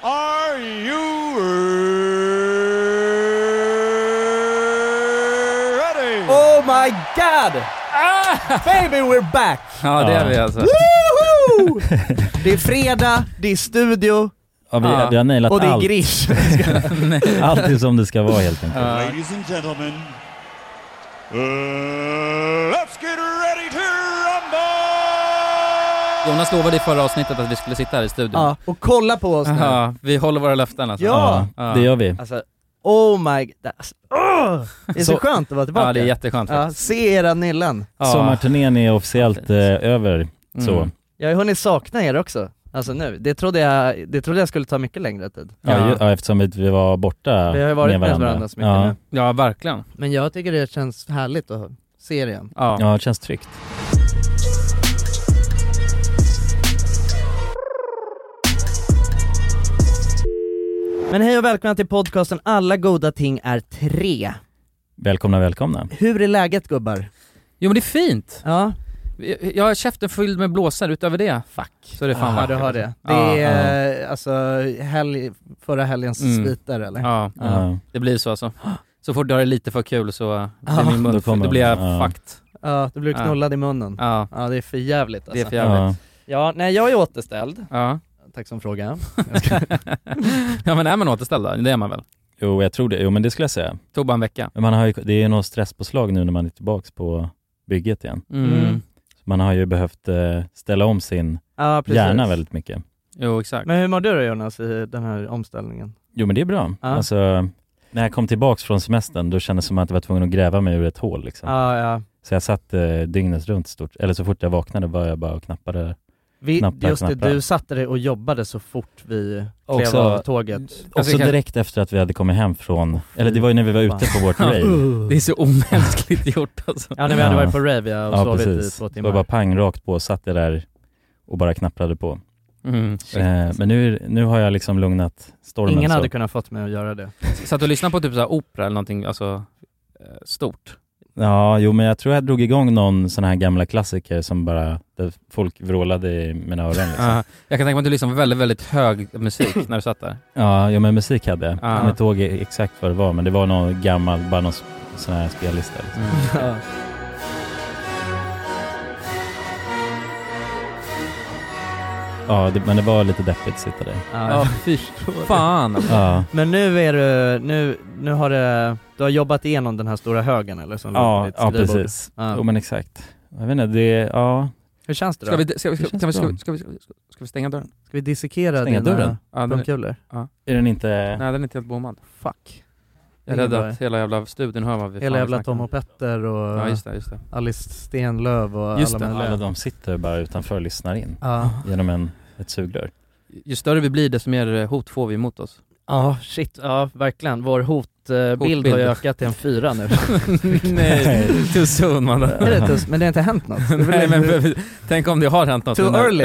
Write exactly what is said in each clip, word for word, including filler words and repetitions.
Are you ready? Oh my god! Ah, baby, we're back! Ja, det är vi alltså. Woohoo! Det är fredag, det är studio. Ja, vi, ja. vi har nailat och det är allt. gris. Allt är som det ska vara helt enkelt. Uh, Ladies and gentlemen, uh, let's get ready to rumble! Jonas lovade i förra avsnittet att vi skulle sitta här i studion. Ja, och kolla på oss nu. Ja, vi håller våra löften alltså. Ja. Ja, det gör vi. Alltså, oh my god. Alltså, oh, det är så, Så- skönt att vara tillbaka. Ja, det är jätteskönt Ja, faktiskt. se era nillen. Ja. Sommarturnén är officiellt eh, över. Så. Mm. Jag har hunnit sakna er också. Alltså nu, det trodde jag, det trodde jag skulle ta mycket längre tid. Ja, Ja. ju, ja, eftersom vi, vi var borta Vi har ju varit med med varandra. varandra så mycket ja. nu. Ja, verkligen. Men jag tycker det känns härligt att se er igen. Ja. Ja, det känns tryggt. Men hej och välkomna till podcasten Alla goda ting är tre. Välkomna, välkomna. Hur är läget, gubbar? Jo, men det är fint. Ja, Jag har käften fylld med blåsar utöver det. Fuck. Så det är fan ja vackert. du har det. Det Ja, är alltså helg, förra helgens Mm. sviter eller? Ja, Ja. det blir så alltså. Så fort du har det lite för kul så Ja, blir min mun, då kommer då blir jag de. Ja. fucked. Ja, du blir knullad i munnen. Ja, Ja, det är för jävligt alltså. det är för jävligt. Ja. Ja, nej jag är återställd. Ja. Tack som fråga. Ja, men är man återställd då? Det är man väl? Jo, jag tror det. Jo, men det skulle jag säga. Tog bara en vecka. Men man har ju, det är ju något stresspåslag nu när man är tillbaks på bygget igen. Mm. Mm. Så man har ju behövt eh, ställa om sin Ja, precis. hjärna väldigt mycket. Jo, exakt. Men hur mår du då, Jonas, i den här omställningen? Jo, men det är bra. Ja. Alltså, när jag kom tillbaks från semestern, då kändes det som att jag var tvungen att gräva mig ur ett hål liksom. Ja, ja. Så jag satt eh, dygnet runt stort, eller så fort jag vaknade var jag bara och knappade. Vi, Knappar, just det, knappar. du satte dig och jobbade så fort vi klev Också- av tåget. Också kan- direkt efter att vi hade kommit hem från, eller det var ju när vi var ute på vårt rave. Det är så omänskligt gjort alltså. Ja, när vi hade Ja. varit på rave ja, och Ja, sovit i precis. två Det timmar. var bara pang rakt på, satt jag där och bara knapprade på. Mm, shit. Eh, men nu, nu har jag liksom lugnat stormen. Ingen så. hade kunnat fått mig att göra det. Så att du lyssnar på typ så här opera eller någonting, alltså eh, stort. Ja, jo men jag tror jag drog igång någon sån här gamla klassiker som bara, där folk vrålade i mina öron liksom. Ja, jag kan tänka mig att du lyssnar på väldigt, väldigt hög musik när du satt där. Ja, jo men musik hade jag. Ja. Jag kommer inte ihåg exakt vad det var, men det var någon gammal, bara någon sp- sån här spellista liksom. Mm. Ja. Ja, det, men det var lite deppigt att sitta där. Ja, fy fan alltså. Ja, Men nu är du, nu, nu har det, du har jobbat igenom den här stora högen eller? Som låg på ja, ditt ja skrivbord. precis. Ja. Jo men exakt. Jag vet inte, det, ja. Hur känns det då? Ska vi, ska vi, ska, Det känns kan vi, ska, bra. vi, ska, vi, ska, vi, ska vi stänga dörren? Ska vi dissekera Stänga dina dörren? Ja, den, är- pungkulor? Är den inte... nej, den är inte helt bommad. Fuck. Jag är Ingen rädd bra. att hela jävla studion hör vad vi Hela fan jävla snackar Tom om. och Petter och Ja, just det, just det. Alice Stenlöv och Just alla det, möjliga. Alla de sitter bara utanför och lyssnar in Ja. genom en, ett sugrör. Ju större vi blir, desto mer hot får vi emot oss. Ja, shit. Ja, verkligen. Vår hotbild Hotbild. har ju ökat till en fyra nu. Nej, too soon man. Är det tus- men det har inte hänt något. Det är väl Nej, inte- men tänk om det har hänt något. Too under- early.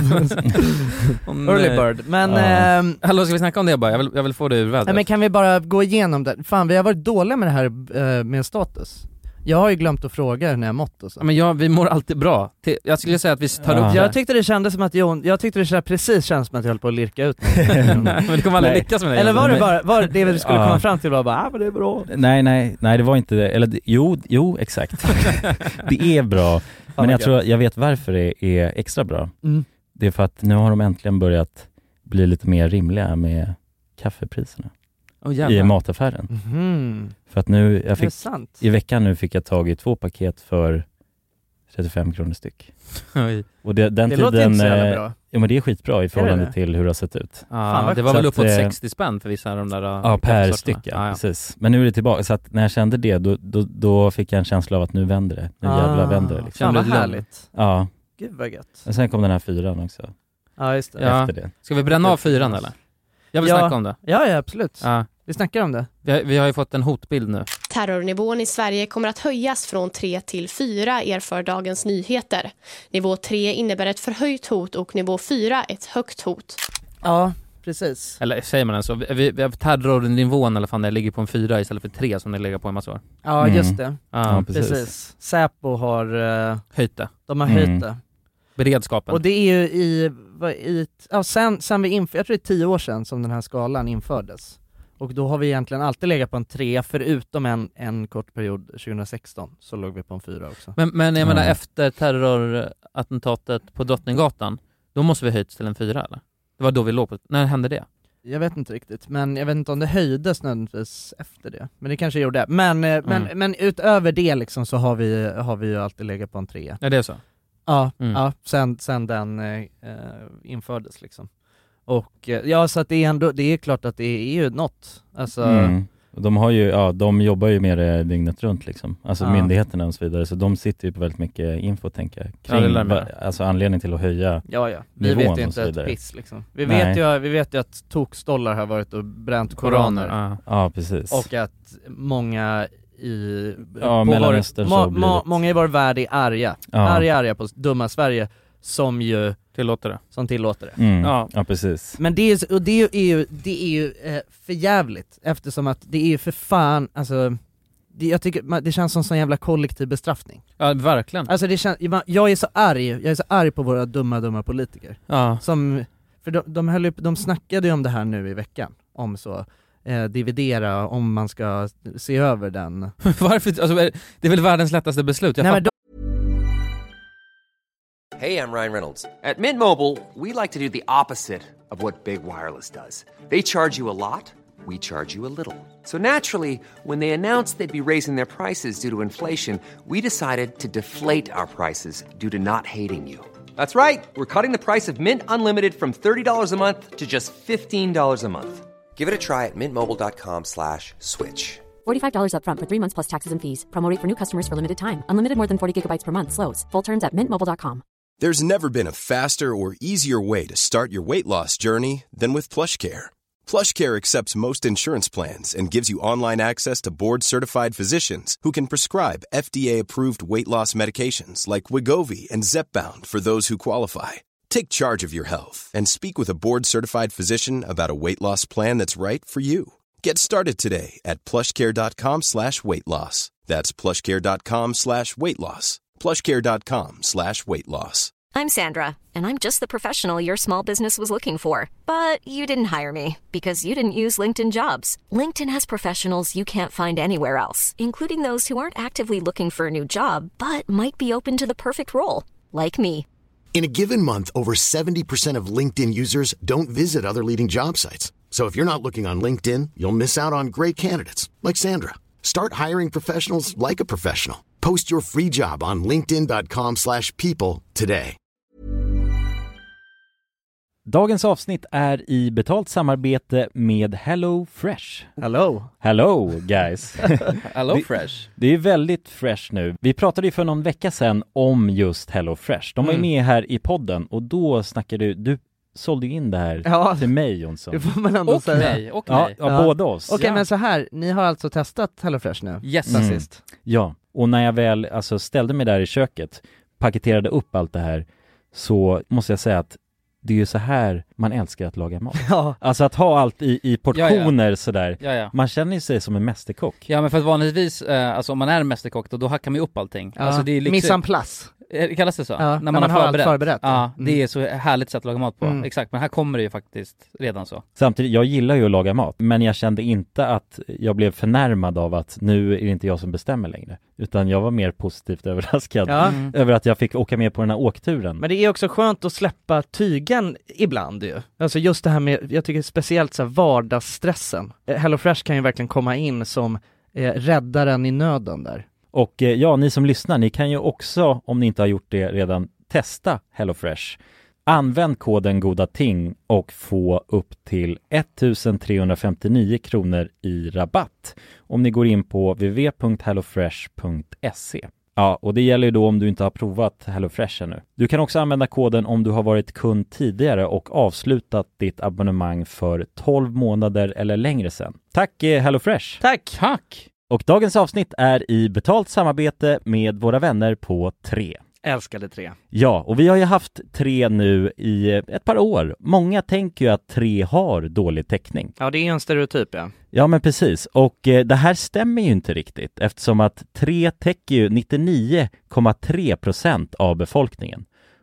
Åh, nej. Early bird. Men, Ja. ehm, Hallå, ska vi snacka om det bara? Jag vill, jag vill få det ur vädret. nej, men kan vi bara gå igenom det? Fan, vi har varit dåliga med det här eh, med status. Jag har ju glömt att fråga när jag mått och så. Ja, men jag, vi mår alltid bra. Till- Jag skulle säga att vi tar Ja. upp det. Jag tyckte det kändes som att Jon, jag tyckte det kändes precis känns som att jag höll på att lirka ut mig. Men det kommer aldrig Nej. lyckas med det. Eller var det Men- bara, var det vi skulle Ja. komma fram till var bara, ah men det är bra. Nej, nej, nej det var inte det. Eller det- jo, jo, exakt. Det är bra. Men vad jag tror, jag vet varför det är extra bra. Mm. Det är för att nu har de äntligen börjat bli lite mer rimliga med kaffepriserna Åh, i jävlar. mataffären. Mhm. För att nu, jag Är det fick, sant? i veckan nu fick jag tag i två paket för trettiofem kronor styck. Oj. Och det, den Det tiden, låter inte så jävla eh, bra. Ja men det är skitbra i förhållande det? till hur det har sett ut. Fan, Ja, vad det var väl så uppåt att, eh, sextio spänn för vissa av de där. Ja, per styck, ja, ja, ja. precis. Men nu är det tillbaka, så att när jag kände det, då, då, då fick jag en känsla av att nu vänder det. Nu jävlar vänder det liksom. Fan vad Kände du härligt. Ja, Gud vad gött. men sen kom den här fyran också, Ja just det. Ja. efter det. Ska vi bränna av fyran eller? Jag vill Ja. snacka om det. Ja, ja absolut. Ja. Vi snackar om det. Vi, har, vi har ju fått en hotbild nu. Terrornivån i Sverige kommer att höjas från tre till fyra, erför Dagens Nyheter. Nivå tre innebär ett förhöjt hot och nivå fyra ett högt hot. Ja, precis. Eller säger man så? Vi, vi har terrornivån eller fan det ligger på en fyra istället för tre som det ligger på en massa år. Ja, Mm. just det. Ja, Ja, precis. Precis. Säpo har, eh, höjt det. de har Mm. höjt det. beredskapen. Och det är ju i, vad- i ja, sen, sen vi inför, jag tror det är tio år sedan som den här skalan infördes. Och då har vi egentligen alltid legat på en tre, förutom en, en kort period tjugohundrasexton så låg vi på en fyra också. Men, men jag menar Mm. efter terrorattentatet på Drottninggatan, då måste vi höjts till en fyra eller? Det var då vi låg på, när hände det? Jag vet inte riktigt, men jag vet inte om det höjdes nödvändigtvis efter det. Men det kanske gjorde det. Men, eh, men, Mm. men utöver det liksom så har vi, har vi ju alltid legat på en tre. Ja, det är så. Ja, Mm. ja sen, sen den eh, eh, infördes liksom. Och eh, ja, så att det är ändå, det är klart att det är ju något. Alltså, Mm. Och de har ju, ja, de jobbar ju med det dygnet runt liksom. Alltså Ja. myndigheterna och så vidare. Så de sitter ju på väldigt mycket info, tänker jag. Ja, det Kring, lär mig. va, alltså anledning till att höja. ja, ja. Vi Nivån vet ju och så inte ett vidare. piss liksom. Vi Nej. vet, ju, vi vet ju att tokstollar har varit och bränt koraner. Ja. Ja, precis. Och att många i Ja, på Mellanöstern vår, så blir må, det- Många i vår värld är arga. Ja. Arga, arga på dumma Sverige som ju Tillåter det. som tillåter det. Mm. Ja. Ja. precis. Men det är, och det är ju, det är ju eh, för jävligt eftersom att det är ju för fan, alltså det, jag tycker man- det känns som sån jävla kollektiv bestraffning. Ja, verkligen. Alltså det känns, jag är så arg, jag är så arg på våra dumma dumma politiker. Ja. Som, för de, de, höll, upp- de snackade ju om det här nu i veckan, om så eh, dividera, om man ska se över den. Varför? Alltså, det är väl världens lättaste beslut. Jag Nej, men fattar. Hey, I'm Ryan Reynolds. At Mint Mobile, we like to do the opposite of what Big Wireless does. They charge you a lot, we charge you a little. So naturally, when they announced they'd be raising their prices due to inflation, we decided to deflate our prices due to not hating you. That's right. We're cutting the price of Mint Unlimited from thirty dollars a month to just fifteen dollars a month. Give it a try at mintmobile.com slash switch. forty-five dollars up front for three months plus taxes and fees. Promo rate for new customers for limited time. Unlimited more than forty gigabytes per month slows. Full terms at mint mobile dot com. There's never been a faster or easier way to start your weight loss journey than with PlushCare. PlushCare accepts most insurance plans and gives you online access to board-certified physicians who can prescribe F D A-approved weight loss medications like Wegovy and Zepbound for those who qualify. Take charge of your health and speak with a board-certified physician about a weight loss plan that's right for you. Get started today at plushcare.com slash weight loss. That's plushcare.com slash weight loss. plushcare.com slash weight loss. I'm Sandra, and I'm just the professional your small business was looking for. But you didn't hire me because you didn't use LinkedIn Jobs. LinkedIn has professionals you can't find anywhere else, including those who aren't actively looking for a new job, but might be open to the perfect role, like me. In a given month, over seventy percent of LinkedIn users don't visit other leading job sites. So if you're not looking on LinkedIn, you'll miss out on great candidates like Sandra. Start hiring professionals like a professional. Post your free job on linkedin.com slash people today. Dagens avsnitt är i betalt samarbete med Hello Fresh. Hello. Hello guys. Hello Det- Fresh. Det är väldigt fresh nu. Vi pratade ju för någon vecka sedan om just Hello Fresh. De var ju Mm. med här i podden och då snackade du, du sålde ju in det här Ja. till mig, Jonsson. Det får man ändå Och säga. mig, och Ja, mig. ja, Ja. båda oss. Okej, Ja. men så här, ni har alltså testat HelloFresh nu? Yes. Sen Mm. sist? Ja, och när jag väl alltså, ställde mig där i köket, paketerade upp allt det här, så måste jag säga att det är ju så här man älskar att laga mat. Ja. Alltså att ha allt i, i portioner sådär. Ja, ja. Man känner ju sig som en mästerkock. Ja, men för att vanligtvis, eh, alltså om man är mästerkock, då, då hackar man ju upp allting. Ja. Alltså det är liksom, Mise en place. Eh, kallas det så? Ja, när man har allt förberett. Ja, Mm. det är så härligt sätt att laga mat på. Mm. Exakt, men här kommer det ju faktiskt redan så. Samtidigt, jag gillar ju att laga mat, men jag kände inte att jag blev förnärmad av att nu är det inte jag som bestämmer längre. Utan jag var mer positivt överraskad Ja. Mm. över att jag fick åka med på den här åkturen. Men det är också skönt att släppa tygen ibland ju. Alltså just det här med, jag tycker speciellt så här vardagsstressen. Eh, HelloFresh kan ju verkligen komma in som eh, räddaren i nöden där. Och eh, ja, ni som lyssnar, ni kan ju också, om ni inte har gjort det redan, testa HelloFresh. Använd koden GODATING och få upp till ettusentrehundrafemtionio kronor i rabatt om ni går in på w w w punkt hellofresh punkt se. Ja, och det gäller ju då om du inte har provat HelloFresh ännu. Du kan också använda koden om du har varit kund tidigare och avslutat ditt abonnemang för tolv månader eller längre sedan. Tack eh, HelloFresh! Tack! Tack! Och dagens avsnitt är i betalt samarbete med våra vänner på tre. Älskade tre. Ja, och vi har ju haft tre nu i ett par år. Många tänker ju att tre har dålig täckning. Ja, det är ju en stereotyp, ja. Ja, men precis. Och eh, det här stämmer ju inte riktigt eftersom att tre täcker ju nittionio komma tre procent av befolkningen.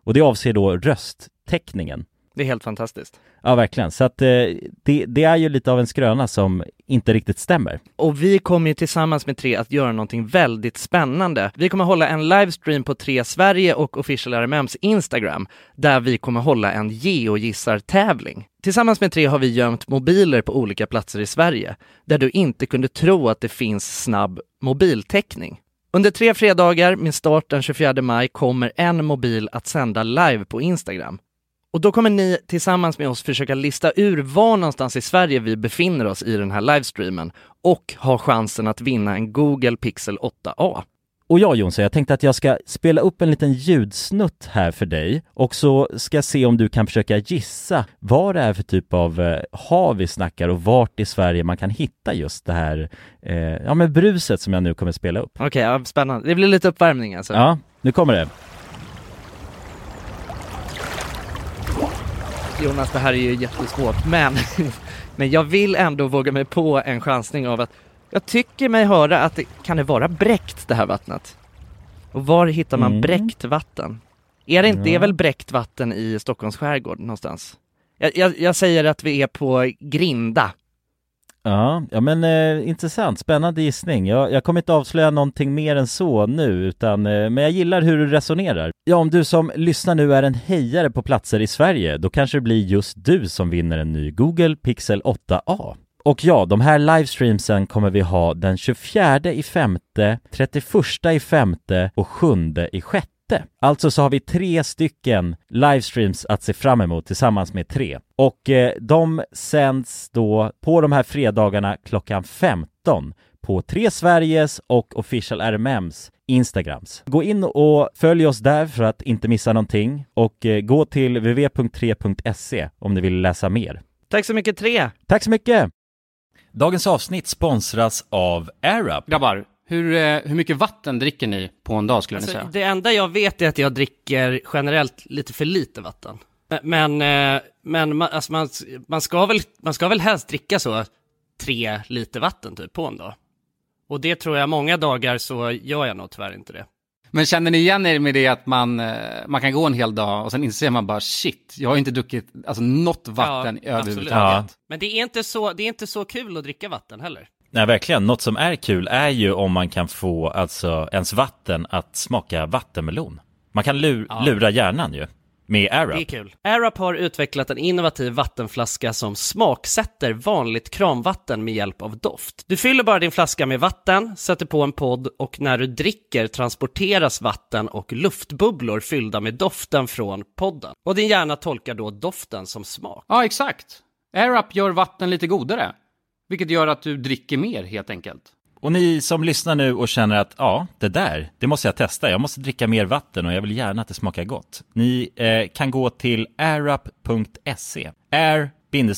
Och det avser då rösttäckningen. Det är helt fantastiskt. Ja, verkligen. Så att eh, det, det är ju lite av en skröna som inte riktigt stämmer. Och vi kommer ju tillsammans med Tre att göra någonting väldigt spännande. Vi kommer hålla en livestream på Tre Sverige och Official R M M's Instagram där vi kommer hålla en geogissartävling. Tillsammans med Tre har vi gömt mobiler på olika platser i Sverige där du inte kunde tro att det finns snabb mobiltäckning. Under tre fredagar med start den tjugofjärde maj kommer en mobil att sända live på Instagram. Och då kommer ni tillsammans med oss försöka lista ur var någonstans i Sverige vi befinner oss i den här livestreamen och ha chansen att vinna en Google Pixel åtta A. Och jag Jonsson, jag tänkte att jag ska spela upp en liten ljudsnutt här för dig och så ska jag se om du kan försöka gissa vad det är för typ av eh, hav vi snackar och vart i Sverige man kan hitta just det här eh, ja, men bruset som jag nu kommer spela upp. Okej, okay, ja, spännande. Det blir lite uppvärmning alltså. Ja, nu kommer det. Jonas, det här är ju jättesvårt, men, men jag vill ändå våga mig på en chansning av att jag tycker mig höra att det kan det vara bräckt det här vattnet. Och var hittar man mm. bräckt vatten? Är det inte, ja. Det är väl bräckt vatten i Stockholms skärgård någonstans? Jag, jag, jag säger att vi är på Grinda. Ja, ja men eh, intressant, spännande gissning. Jag, jag kommer inte avslöja någonting mer än så nu, utan, eh, men jag gillar hur du resonerar. Ja, om du som lyssnar nu är en hejare på platser i Sverige, då kanske det blir just du som vinner en ny Google Pixel åtta A. Och ja, de här livestreamsen kommer vi ha den tjugofjärde i femte, trettioförsta i femte och sjunde i sjätte. Alltså så har vi tre stycken livestreams att se fram emot tillsammans med Tre. Och eh, de sänds då på de här fredagarna klockan femton på Tre Sveriges och Official R M M's Instagrams. Gå in och följ oss där för att inte missa någonting och eh, gå till w w w punkt tre punkt se om ni vill läsa mer. Tack så mycket Tre! Tack så mycket! Dagens avsnitt sponsras av AirUp. Grabbar, hur, hur mycket vatten dricker ni på en dag skulle alltså, ni säga? Det enda jag vet är att jag dricker generellt lite för lite vatten. Men, men man, alltså man, man, ska väl, man ska väl helst dricka så tre liter vatten typ på en dag. Och det tror jag många dagar så gör jag nog tyvärr inte det. Men känner ni igen er med det att man, man kan gå en hel dag och sen inser man bara shit, jag har inte druckit alltså, något vatten ja, överhuvudtaget. Ja. Men det är, inte så, det är inte så kul att dricka vatten heller. Nej, verkligen. Något som är kul är ju om man kan få alltså, ens vatten att smaka vattenmelon. Man kan lur, ja. lura hjärnan ju. Med AirUp. Det är kul. AirUp har utvecklat en innovativ vattenflaska som smaksätter vanligt kranvatten med hjälp av doft. Du fyller bara din flaska med vatten, sätter på en podd och när du dricker transporteras vatten och luftbubblor fyllda med doften från podden. Och din hjärna tolkar då doften som smak. Ja, exakt. AirUp gör vatten lite godare, vilket gör att du dricker mer helt enkelt. Och ni som lyssnar nu och känner att ja, det där, det måste jag testa. Jag måste dricka mer vatten och jag vill gärna att det smakar gott. Ni eh, kan gå till airup punkt se. air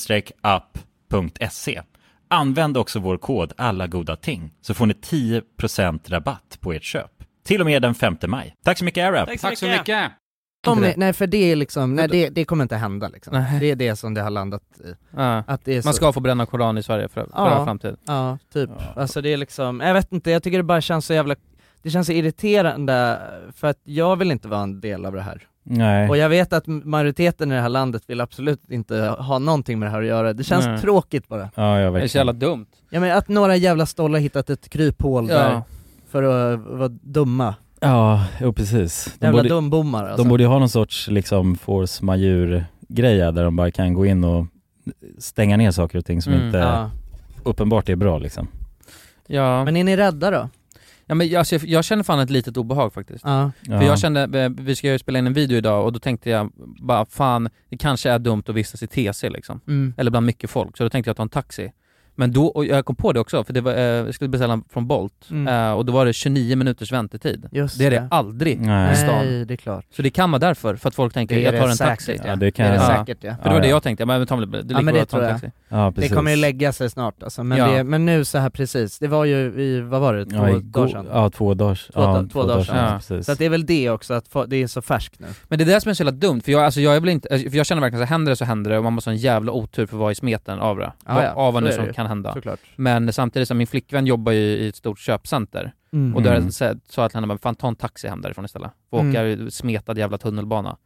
up punkt se. Använd också vår kod alla goda ting så får ni tio procent rabatt på ert köp. Till och med den femte maj. Tack så mycket AirUp. Tack så Tack mycket. Så mycket. Om, nej, för det är liksom, nej, det, det kommer inte hända liksom. Det är det som det har landat i. Ja. Att det är Man så. ska få bränna koran i Sverige för, för ja. all framtid. Ja, typ. Ja. Alltså det är liksom, jag vet inte, jag tycker det bara känns så jävla, det känns så irriterande för att jag vill inte vara en del av det här. Nej. Och jag vet att majoriteten i det här landet vill absolut inte ha någonting med det här att göra. Det känns nej. tråkigt bara. Ja, jag vet. Det är så jävla dumt. Ja, men att några jävla stollar hittat ett kryphål ja. där för att vara dumma. Ja, jo, precis. De jävla borde, dumbommar alltså. De borde ju ha någon sorts liksom force majeure-greja där de bara kan gå in och stänga ner saker och ting som mm, inte ja. uppenbart är bra liksom. Ja. Men är ni rädda då? Ja, men jag, jag känner fan ett litet obehag faktiskt. Ja. För ja. jag kände, vi ska ju spela in en video idag och då tänkte jag bara fan, det kanske är dumt att vistas i T C liksom. Mm. Eller bland mycket folk, så då tänkte jag ta en taxi. Men då, och jag kom på det också, för det var, eh, jag skulle beställa från Bolt mm. eh, och då var det tjugonio minuters väntetid. Just det är det, det aldrig Nej. i stan. Nej, det är klart. Så det kan vara därför, för att folk tänker det jag tar en säkert, taxi. Ja. Ja, det kan det är det säkert, ja. För det var ja, det ja. jag tänkte, men ta det, det, ja, men det tror jag. Taxi. Ja, det kommer ju lägga sig snart alltså. men, ja. det, men nu så här precis, det var ju i, vad var det, två ja, dagar sedan? Ja, två dagar Två, ja, två, två dagar sedan. Ja. Precis. Så att det är väl det också, att få, det är så färskt nu. Men det är det som är så jävla dumt, för jag, alltså, jag är väl inte, för jag känner verkligen så händer det så händer det och man måste ha en jävla otur för att vara i smeten av det. Ja, ja. Av vad nu som som kan hända. Såklart. Men samtidigt som min flickvän jobbar ju i ett stort köpcenter mm. och då mm. sa att henne bara, fan ta en taxi hem därifrån istället. Få åka mm. smetad jävla tunnelbana.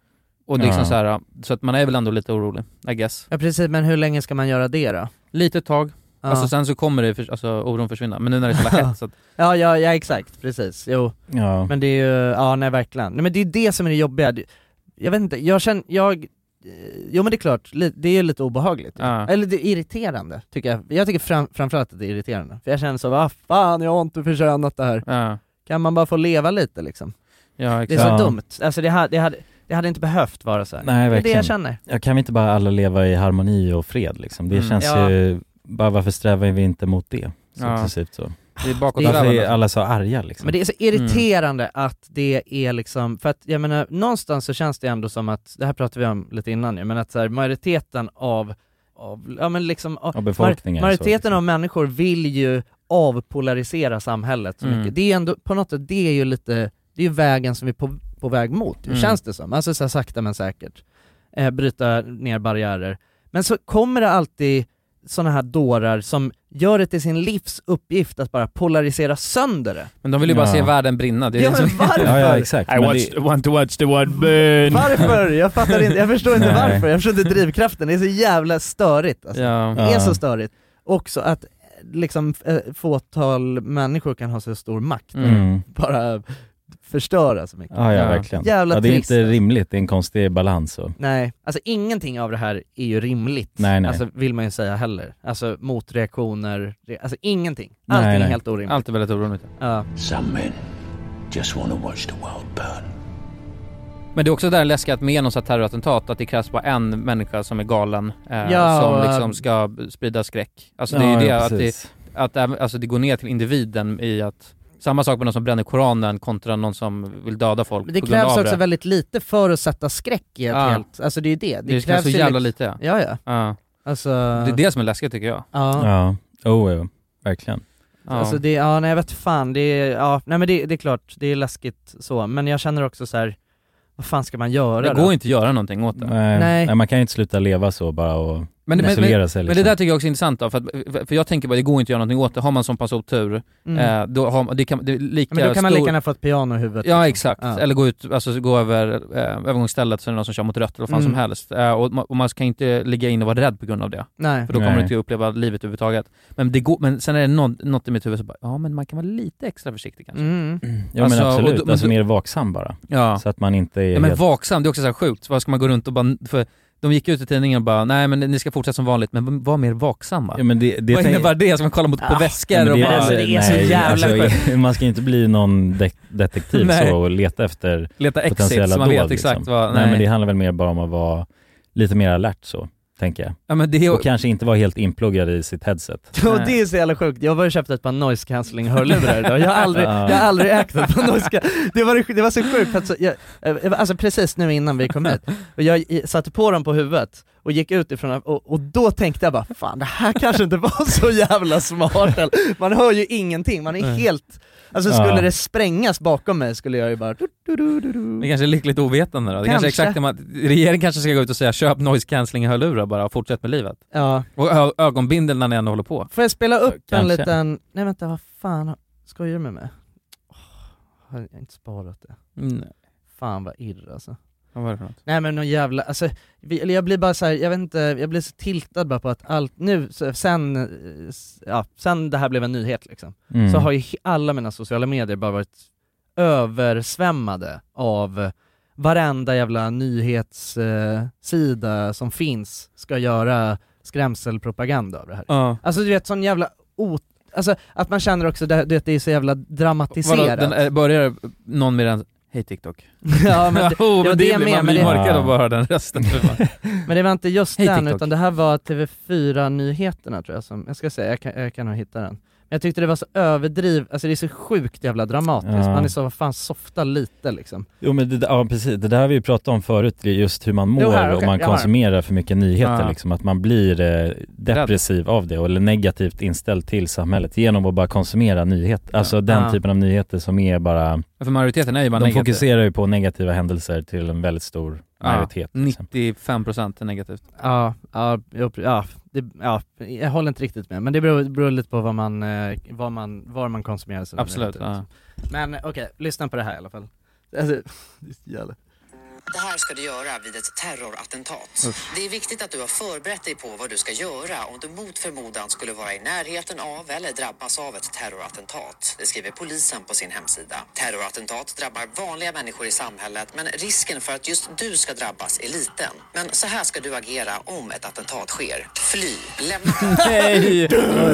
Och det är liksom Ja. så här, så att man är väl ändå lite orolig, I guess. Ja precis, men hur länge ska man göra det då? Lite tag. Ja. Alltså sen så kommer det, för, alltså oron försvinna. Men nu när det är så hett så att, Ja, ja, ja exakt, precis, jo. Ja. Men det är ju, ja nej verkligen. Nej men det är det som är det jobbiga. Det- Jag vet inte, jag känner, jag... Jo men det är klart, li- det är lite obehagligt. Ja. Eller det är irriterande, tycker jag. Jag tycker fram, framförallt att det är irriterande. För jag känner så, vad fan, jag har inte förtjänat det här. ja, Kan man bara få leva lite liksom? ja Det är exakt. så Ja. dumt. Alltså det hade, det, hade, det hade inte behövt vara så här. Nej, Det är det verkligen. jag känner. Ja, kan vi inte bara alla leva i harmoni och fred liksom? Det Mm. känns Ja. ju, bara varför strävar vi inte mot det? Ja. Successivt så. Det är Varför bakåtsträvande. är alla så arga liksom? Men det är så irriterande att det är liksom, för att jag menar, någonstans så känns det ändå som att, det här pratade vi om lite innan ju, men att så här, majoriteten av, av, ja men liksom, av, Av befolkningen, majoriteten så, liksom. av människor vill ju avpolarisera samhället så Mm. mycket. Det är ändå, på något sätt, det är ju lite, det är ju vägen som vi är på, på väg mot, hur Mm. känns det som? Alltså så här, sakta men säkert, eh, bryta ner barriärer. Men så kommer det alltid såna här dårar som gör det till sin livsuppgift att bara polarisera sönder det. Men de vill ju bara Ja. se världen brinna. Det är Ja, det som... men varför? Ja, ja exakt. I Men watched, det, want to watch the world burn. Varför? Jag fattar inte, jag förstår inte Nej. varför, jag förstår inte drivkraften, det är så jävla störigt alltså. Ja. Det är Ja. så störigt. Också att liksom eh, fåtal människor kan ha så stor makt, mm. bara förstöra så mycket. Ja, ja, Ja. verkligen. Jävla Ja, det är trist, inte alltså. rimligt, det är en konstig balans så. Nej, alltså ingenting av det här är ju rimligt. Nej, nej. Alltså vill man ju säga heller. Alltså motreaktioner, re- alltså ingenting. Allting Nej, är nej. helt orimligt. Allt är väldigt oroligt. Ja. Some men just want to watch the world burn. Men det är också där läskigt med någon sån här terrorattentat, att det krävs bara en människa som är galen eh, Ja, som och, liksom ähm, ska sprida skräck. Alltså det är Ja, ju det, ja, att, det, precis. att även- alltså det går ner till individen i att samma sak med någon som bränner Koranen kontra någon som vill döda folk Men det på grund krävs av också det. väldigt lite för att sätta skräck i ett Ja. helt, alltså det är det. Det, krävs så ju jävla li- lite. Ja, ja. Ja. Alltså, Det är det som är läskigt tycker jag. ja. Ja, oh, ja, verkligen. Ja. Alltså det, ja nej jag vet fan, det är, ja, nej men det, det är klart, det är läskigt så, men jag känner också så här, vad fan ska man göra det då? går inte att göra någonting åt det. Nej. Nej. Nej, man kan ju inte sluta leva så bara och Men, men, isolera men, sig men liksom. det där tycker jag också är intressant då, för, att, för jag tänker bara det går inte att göra någonting åt det. Har man sån pass otur, Mm. eh, då har man, det kan, det är lika Men då kan man stor... lika gärna få ett piano i huvudet. Ja liksom. exakt, Ja. eller gå ut, alltså gå över eh, övergångsstället så är det någon som kör mot rött eller vad fan Mm. som helst. Eh, och, man, och man ska inte ligga in och vara rädd på grund av det. Nej. För då kommer Nej. du inte uppleva livet överhuvudtaget. Men, det går, men sen är det något, något i mitt huvud som bara, ja men man kan vara lite extra försiktig kanske. Mm. Ja Alltså, men absolut, och då- men alltså då- mer vaksam bara. Ja. Så att man inte är Ja men helt... vaksam, det är också så här sjukt. Vad ska man gå runt och bara, för de gick ut i tidningen och bara, nej men ni ska fortsätta som vanligt, men var mer vaksamma. Ja, men det, det Vad tänk- innebär det? Ska man kolla mot på Ah, väskor Ja, men och det, bara... alltså, det är så nej, jävla alltså, man ska inte bli någon de- detektiv Nej. så och leta efter leta exit potentiella så man vet dåd, exakt liksom. vad... Nej. men det handlar väl mer bara om att vara lite mer alert så, tänker jag. Ja men det är... Och kanske inte vara helt inpluggad i sitt headset. Och det är så jävla sjukt, jag var och köpte ett par noise cancelling hörlurar idag. Jag har aldrig, Ja. jag har aldrig ägt ett par noise cancelling. Det var, det var så sjukt, för att så, jag, alltså precis nu innan vi kom hit, och jag i- satte på dem på huvudet och gick ut ifrån, och, och då tänkte jag bara, fan det här kanske inte var så jävla smart. Eller, man hör ju ingenting, man är Nej. helt, alltså Ja. skulle det sprängas bakom mig skulle jag ju bara du, du, du, du, du. Det kanske är lyckligt ovetande då. Det kanske, Kanske. är exakt som att regeringen kanske ska gå ut och säga köp noise cancelling hörlurar bara och fortsätt med livet. Ja. Och ö- ögonbindel när ni ändå håller på. Får jag spela upp en Kanske. liten, nej vänta vad fan, skojar du med mig? Oh, har jag inte sparat det? Mm. Fan vad irr alltså. Vad var det för något? Nej men någon jävla, alltså, vi, eller jag blir bara så här, jag vet inte, jag blir så tiltad bara på att allt, nu, så, sen, eh, s- ja, sen det här blev en nyhet liksom, Mm. så har ju he- alla mina sociala medier bara varit översvämmade av varenda jävla nyhetssida eh, som finns ska göra skrämselpropaganda av det här. Ja. Alltså du vet, sån jävla ot... Alltså att man känner också det, det, det är så jävla dramatiserat. Vadå, den, är- börjar någon med den, hej TikTok. Ja men det, oh, ja, men det det är blir, med, man men blir det- mörkad av att bara höra den rösten. men det var inte just Hej, den, TikTok. utan det här var T V fyra-nyheterna tror jag som, jag ska säga, jag kan, jag kan nog hitta den. Men jag tyckte det var så överdriv, alltså det är så sjukt jävla dramatiskt, Ja. man är så, vad fan, softa lite liksom. Jo men det, där- ja precis, det där har vi ju pratat om förut, det är just hur man mår Jo, här, okej, om man jag har konsumerar för mycket nyheter Ja. liksom, att man blir eh, depressiv av det eller negativt inställd till samhället genom att bara konsumera nyheter, alltså den Ja. typen av nyheter som är bara, För majoriteten är ju bara de negativ. fokuserar ju på negativa händelser till en väldigt stor majoritet. Ja, liksom. nittiofem procent är negativt. Ja, ja, jo, ja, det, ja, jag håller inte riktigt med, men det beror, beror lite på vad man, eh, vad man, var man konsumerar sina Absolut, nyheter, ja. liksom. Men okej, lyssna på det här i alla fall. Alltså, det är så jävla... Det här ska du göra vid ett terrorattentat. Uff. Det är viktigt att du har förberett dig på vad du ska göra om du mot förmodan skulle vara i närheten av eller drabbas av ett terrorattentat. Det skriver polisen på sin hemsida. Terrorattentat drabbar vanliga människor i samhället, men risken för att just du ska drabbas är liten. Men så här ska du agera om ett attentat sker. Fly, lämna... Nej!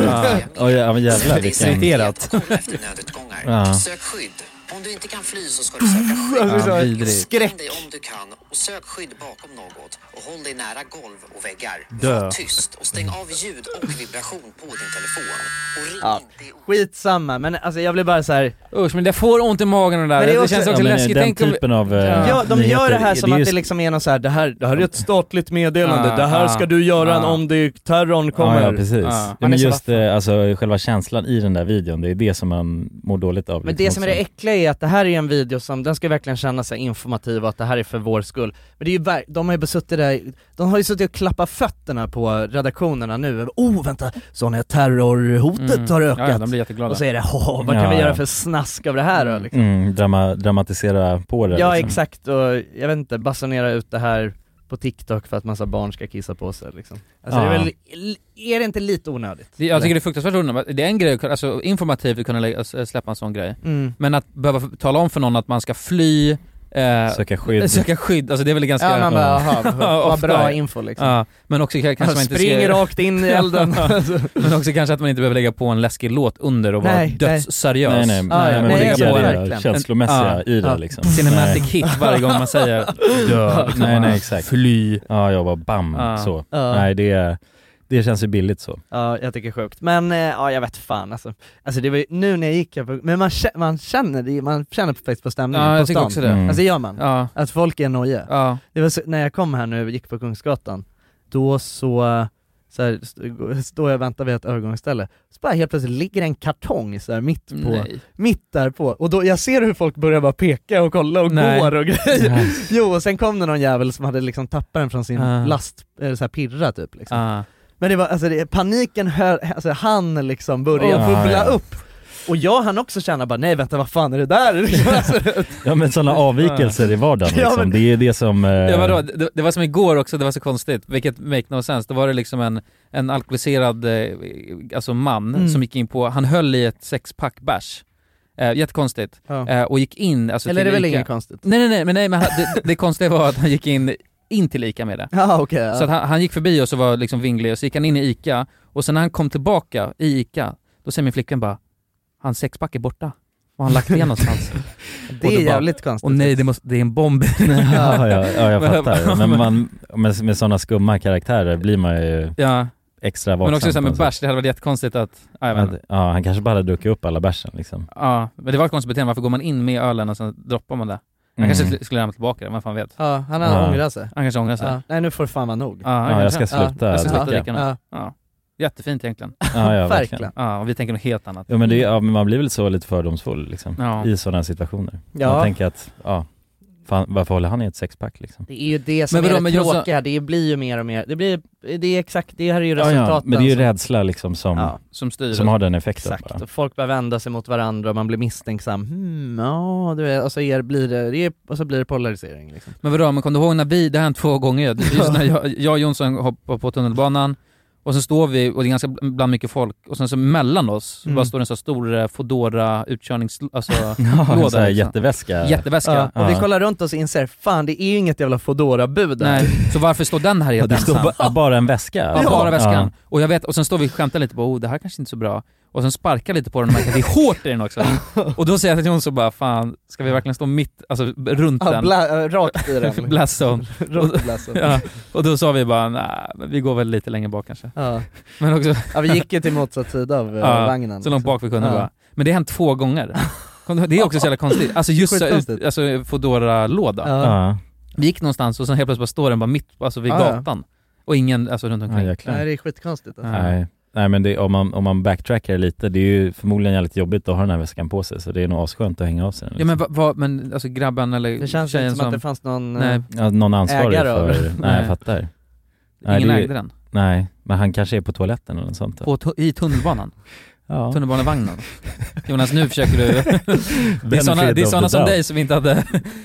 Oj, ja men jävlar. Det är irriterat. Kolla efter nödutgångar. Ja. Sök skydd. Om du inte kan fly så ska du söka skydd. Ja, skräck. Dig om du kan och sök skydd bakom något och håll dig nära golv och väggar. Dö. Var tyst och stäng av ljud och vibration på din telefon. Och ring ja. inte... Skitsamma, men alltså jag blir bara så här. Usch, men det får ont i magen och där. Det, det känns också ja, läskigt. Den Tänk typen om... av ja. ja, de nyheter, gör det här som det att just... det liksom är något så här, det här, det här är ett statligt meddelande, Ah, det här ska du göra ah. om det terrorn kommer. Ja, ja precis. Ah. Ja, men just eh, alltså, själva känslan i den där videon, det är det som man mår dåligt av. Men liksom det som är också. det äckliga är att det här är en video som, den ska verkligen känna sig informativ och att det här är för vår skull. Men det är ju ver- de har ju besuttit där, de har ju suttit och klappat fötterna på redaktionerna nu. Oh vänta, så när terrorhotet Mm. har ökat. Ja, ja, de blir jätteglada. Och så är det, oh, vad kan Ja, vi ja. göra för snask av det här då? Liksom. Mm, drama, dramatisera på det. Ja liksom. exakt, och jag vet inte, basunera ut det här på TikTok för att massa barn ska kissa på sig liksom. Alltså Ja. det är väl, är det inte lite onödigt? Det, jag tycker det är fruktansvärt onödigt. Det är en grej, alltså informativt att kunna lä- alltså, släppa en sån grej. Mm. Men att behöva tala om för någon att man ska fly, eh, söka skydd. söka skydd, alltså det är väl ganska... Ja man bara, aha, vad ofta. bra info liksom. Ja, men också kanske man inte springer ska... rakt in i elden. Men också kanske att man inte behöver lägga på en läskig låt under och vara Nej, dödsseriös. Nej, nej, Ah, nej, ja, men nej, lägga jag på fattar. det känslomässiga Ja. i det Ja. liksom. Cinematic Nej. hit varje gång man säger dö. Liksom. Nej, nej, exakt. Fly. Ja, jag var bam, Ja. så. Ja. Nej, det, det känns ju billigt så. Ja, jag tycker sjukt. Men eh, ja, jag vet fan alltså. Alltså det var ju, nu när jag gick här på, men man, kä- man känner det, man känner faktiskt på stämningen Ja, på jag tycker stan. också det. Mm. Alltså gör man. Ja. Att folk är nojiga. Ja. Det var så, när jag kom här nu och gick på Kungsgatan, då så, så här, st- står jag och väntar vid ett övergångsställe, så bara helt plötsligt ligger en kartong så här mitt på, Nej. mitt där på, och då, jag ser hur folk börjar bara peka och kolla och Nej. går och grejer. Nej. Jo, och sen kom det någon jävel som hade liksom tappat den från sin Ah. last, eller så här pirra typ liksom. Ah. Men det var, alltså det, paniken hör, alltså han liksom började Oh, bubbla ja. upp. Och jag han också känna bara, nej vänta vad fan är det där? Alltså, Ja, men sådana avvikelser i vardagen Ja, liksom. men- Det är det som... Eh... Ja, vadå? Det, det var som igår också, det var så konstigt, vilket make no sense. Då var det liksom en, en alkoholiserad eh, alltså man Mm. som gick in på, han höll i ett sexpack bärs. Eh, jättekonstigt. ja. Eh, och gick in alltså, Eller är det till väl Ica. inget konstigt? Nej nej nej, men, nej, men han, det, det konstiga var att han gick in in till Ica med det. Ja okej. ja. Så att han, han gick förbi och så var liksom vinglig och så gick han in i Ica och sen när han kom tillbaka i Ica, då säger min flickvän bara, hans sexpack är borta. Och han lagt det någonstans. det och är då bara, jävligt konstigt. Och nej, det, måste, det är en bomb. ja, ja, ja, jag Men- fattar. Men man, med, med sådana skumma karaktärer blir man ju Ja, extra vaksam. men också så här på med något sätt. bärs, det hade varit jättekonstigt att, ja, jag vet inte. Ja, han kanske bara hade druckit upp alla bärsen liksom. Ja, men det var ett konstigt beteende. Varför går man in med ölen och sen droppar man det? Han Mm. kanske skulle lämna tillbaka det, vad fan vet. Ja, han har Ja. ångrat sig. Han kanske ångrar sig. Ja. Nej nu får det fan vara nog. Ja, han Ja, jag kanske- ska sluta jag ska sluta dricka. dricka nu. Ja. Ja. Jättefint egentligen. Ja, ja, verkligen. Verkligen. Ja, och vi tänker något helt annat. Ja, men, det, ja, men man blir väl så lite fördomsfull liksom, Ja. i sådana situationer. Ja. Man tänker att, ja, fan, varför håller han i ett sexpack liksom? Det är ju det som Men vadå, är det men just- tråkiga, det blir ju mer och mer, det blir, det är exakt, det här är ju Ja, resultaten. ja, men det är ju som- rädsla liksom som, Ja. Som styr. som har den effekten. Exakt, bara. och folk börjar vända sig mot varandra och man blir misstänksam. Hmm, ja, du vet, och så är, blir det, det är, och så blir det polarisering liksom. Men vadå, men kom du ihåg när vi, det har hänt två gånger. Det är just när jag, jag och Jonsson hoppar på tunnelbanan och så står vi, och det är ganska bland mycket folk, och sen så mellan oss Mm. bara står en så stor eh, Foodora utkörnings... Alltså, Ja, en låda sån här liksom. jätteväska. Jätteväska. Ja, och Ja. vi kollar runt oss och inser, fan det är ju inget jävla Foodora-bud där. Nej, så varför står den här Ja, helt det står ensam? ba- bara en väska. Ja, bara väskan. Ja. Och jag vet, och sen står vi och skämtar lite på, oh det här kanske inte är så bra. Och sen sparkar lite på den och märker att det är hårt i den också. Och då säger jag till Jonsson bara, fan, ska vi verkligen stå mitt, alltså runt Ja, den? bla, äh, rakt i den. Blastzone. Rakt i blastzone. Ja, och då sa vi bara, nej, men vi går väl lite längre bak kanske. Ja. Men också, Ja, vi gick ju till motsatt sida av äh, Ja, vagnen. så långt bak vi kunde Ja. bara. Men det har hänt två gånger. Det är också så jävla konstigt. Alltså just så, Skitkonstigt. alltså Foodora-låda. Ja. Ja. Vi gick någonstans och sen helt plötsligt bara står den bara mitt, alltså vid Ja, ja. gatan. Och ingen, alltså runt omkring. Ja, jäklar. Nej, det är skitkonstigt alltså. Ja. Nej. Nej, men det, om, man, om man backtrackar lite, det är ju förmodligen jävligt jobbigt att ha den här väskan på sig, så det är nog asskönt att hänga av sig den. Ja men vad, va, men alltså grabben eller Det känns tjejen inte som, som... att det fanns någon... Nej, äh, Ja, någon ansvarig Ägare av för... det. Nej, Nej. jag fattar. Nej, ingen det är- ägde den. Nej, men han kanske är på toaletten eller något sånt. På, tu- I tunnelbanan. Ja. Tunnelbanevagnen. Jonas, nu försöker du... det är såna, det är Benefit of såna the som doubt. dig som inte hade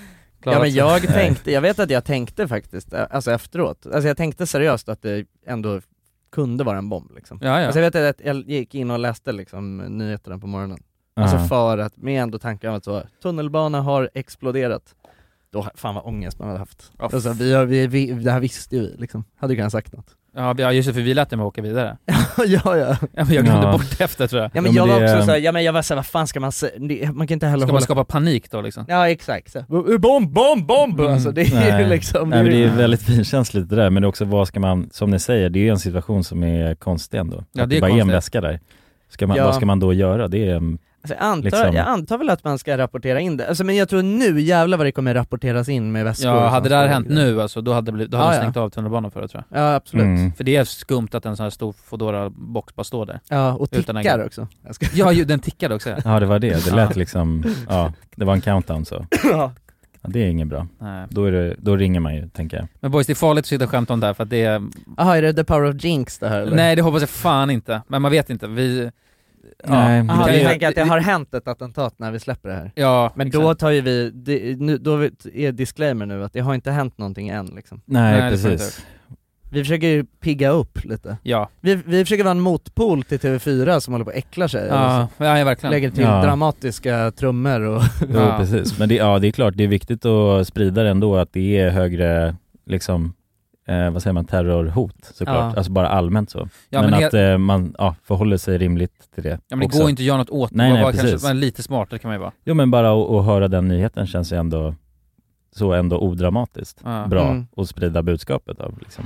Ja men jag tänkte, jag vet att jag tänkte faktiskt, alltså efteråt, alltså jag tänkte seriöst att det ändå kunde vara en bomb liksom. Ja, ja. Alltså jag vet att jag gick in och läste liksom nyheterna på morgonen. Alltså Aha. för att, med ändå tankar om att så, tunnelbana har exploderat. Då, fan vad ångest man hade haft. Oh. Alltså vi, har, vi, vi, det här visste ju vi liksom, hade ju kunnat sagt något. Ja just det, för vi lät dem åka vidare. ja, ja. Ja, men jag glömde Ja. bort efter tror jag. Ja men Ja, jag men var det- också såhär, ja men jag var såhär, vad fan ska man säga? Det- Man kan inte heller Ska hålla... man skapa panik då liksom? Ja exakt, så. Bomb, bomb, bomb! Mm. Alltså det är Nej. ju liksom... Nej, men det är väldigt finkänsligt det där, men det är också vad ska man, som ni säger, det är ju en situation som är konstig ändå. Ja, att det är bara är en konstigt. väska där. Ska man, Ja. Vad ska man då göra? Det är Alltså, jag, antar, liksom- jag antar väl att man ska rapportera in det, alltså, men jag tror nu jävlar vad det kommer rapporteras in med väskor. Ja, som hade det här står- hänt nu alltså, då hade, blivit, då hade Ja, de ja. stängt av tunnelbanan för det tror jag. Ja absolut. Mm. För det är skumt att en sån här stor Foodora-box bara står där. Ja, och Utan tickar en- också. Jag ska... Ja, ju, den tickade också. Ja, det var det. Det Ja. lät liksom, ja, det var en countdown så. Ja. Ja, det är inget bra. Nej. Då, är det, då ringer man ju, tänker jag. Men boys, det är farligt att sitta och skämta om det här för att det är... Jaha, är det the power of jinx det här eller? Nej, det hoppas jag fan inte. Men man vet inte, vi... Nej, ja, men Jaha, det- jag tänker att det har hänt ett attentat när vi släpper det här. Ja, Men exakt. då tar ju vi, det, nu, då är disclaimer nu att det har inte hänt någonting än liksom. Nej, Nej, det får precis. Vi försöker ju pigga upp lite. Ja, Vi, vi försöker vara en motpol till T V fyra som håller på att äckla sig. ja, ja, ja verkligen. Lägger till Ja. dramatiska trummor och... Jo, Ja. precis. Men det, ja, det är klart, det är viktigt att sprida det ändå, att det är högre, liksom, eh, vad säger man, terrorhot såklart. Ja. Alltså bara allmänt så. Ja, men, men att he- eh, man ja, förhåller sig rimligt till det. Ja men det också. går inte att göra något åt det. Nej, Bara nej, vara precis. kanske, men lite smartare kan man ju vara. Jo, men bara att, att höra den nyheten känns ju ändå så ändå odramatiskt Ja. bra Mm. att sprida budskapet av liksom.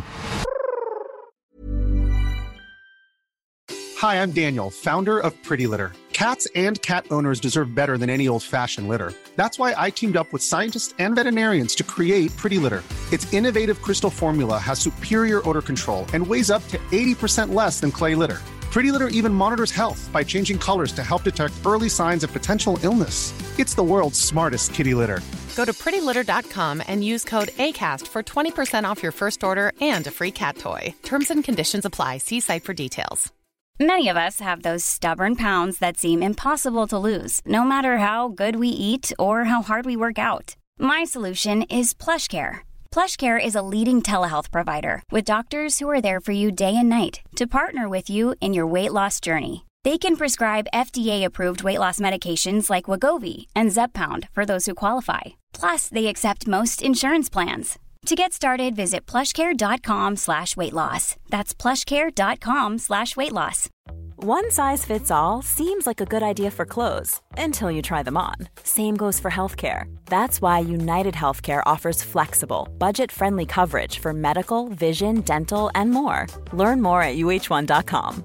Hi, I'm Daniel, founder of Pretty Litter. Cats and cat owners deserve better than any old-fashioned litter. That's why I teamed up with scientists and veterinarians to create Pretty Litter. Its innovative crystal formula has superior odor control and weighs up to eighty percent less than clay litter. Pretty Litter even monitors health by changing colors to help detect early signs of potential illness. It's the world's smartest kitty litter. Go to pretty litter dot com and use code ACAST for twenty percent off your first order and a free cat toy. Terms and conditions apply. See site for details. Many of us have those stubborn pounds that seem impossible to lose, no matter how good we eat or how hard we work out. My solution is PlushCare. PlushCare is a leading telehealth provider with doctors who are there for you day and night to partner with you in your weight loss journey. They can prescribe F D A-approved weight loss medications like Wegovy and Zepbound for those who qualify. Plus, they accept most insurance plans. To get started, visit plushcare.com slash weight loss. That's plushcare.com slash weight loss. One size fits all seems like a good idea for clothes until you try them on. Same goes for healthcare. That's why United Healthcare offers flexible, budget-friendly coverage for medical, vision, dental, and more. Learn more at u h one dot com.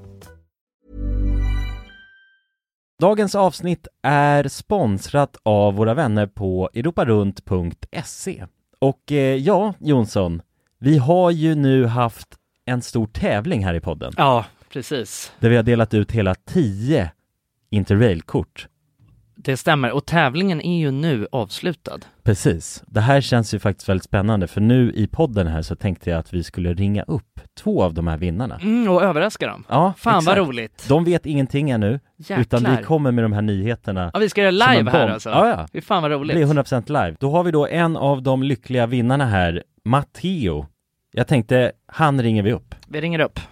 Dagens avsnitt är sponsrat av våra vänner på europarunt punkt se. Och eh, ja, Jonsson, vi har ju nu haft en stor tävling här i podden. Ja, precis. Där vi har delat ut hela tio Interrail-kort. Det stämmer, och tävlingen är ju nu avslutad. Precis. Det här känns ju faktiskt väldigt spännande, för nu i podden här så tänkte jag att vi skulle ringa upp två av de här vinnarna. Mm, och överraska dem. Ja, Fan exakt. vad roligt. De vet ingenting ännu, Jäklar. utan vi kommer med de här nyheterna. Ja, vi ska göra som en live här bomb. alltså. Ja, ja. Fy fan vad Det roligt. blir hundra procent live. Då har vi då en av de lyckliga vinnarna här, Matteo. Jag tänkte, han ringer vi upp. Vi ringer upp.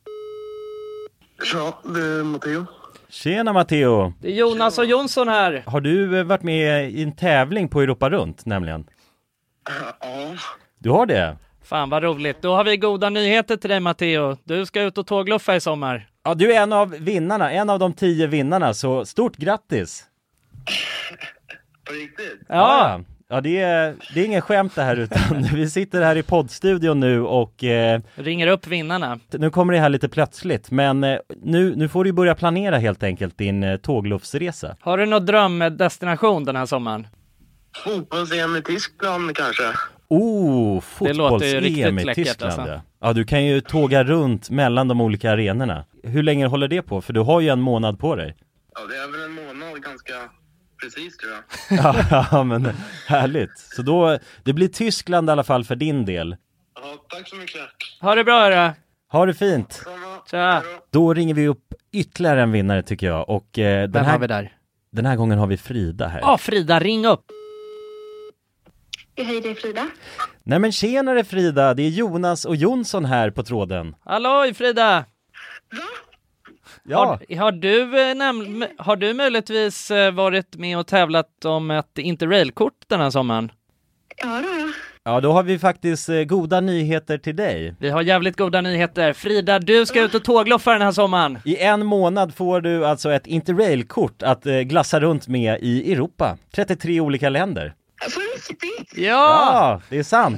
Ja, det är Matteo. Tjena Matteo! Det är Jonas och Jonsson här. Har du eh, varit med i en tävling på Europa runt nämligen? Ja. Du har det? Fan vad roligt. Då har vi goda nyheter till dig Matteo. Du ska ut och tågluffa i sommar. Ja, du är en av vinnarna, en av de tio vinnarna, så stort grattis! På riktigt? Ja. Ja, det är, det är ingen skämt det här, utan vi sitter här i poddstudion nu och eh, Ringer upp vinnarna. nu kommer det här lite plötsligt, men eh, nu, nu får du börja planera helt enkelt din eh, tågluffsresa. Har du någon drömdestination den här sommaren? Fotbolls-E M i Tyskland kanske. Oh, Det låter ju fotbolls-E riktigt M i läckert, Tyskland. alltså. Ja. Ja, du kan ju tåga runt mellan de olika arenorna. Hur länge håller det på? För du har ju en månad på dig. Ja, det är väl en månad ganska precis tror jag. Ja, ja, men härligt. Så då, det blir Tyskland i alla fall för din del. Ja, tack så mycket. Ha det bra hörru. Ha det fint. Tja. Då ringer vi upp ytterligare en vinnare tycker jag. Och eh, den, Vem här, har vi där? den här gången har vi Frida här. Ja, Frida, ring upp. Hej, det är Frida. Nej men tjenare Frida, det är Jonas och Jonsson här på tråden. Halloj Frida! Ja. Har, har, du, eh, näm- har du möjligtvis eh, varit med och tävlat om ett Interrail-kort den här sommaren? Ja, då, ja. Ja, då har vi faktiskt eh, goda nyheter till dig. Vi har jävligt goda nyheter. Frida, du ska ut och tågloffa den här sommaren. I en månad får du alltså ett Interrail-kort att eh, glassa runt med i Europa. trettiotre olika länder. På riktigt? Ja! Ja, det är sant.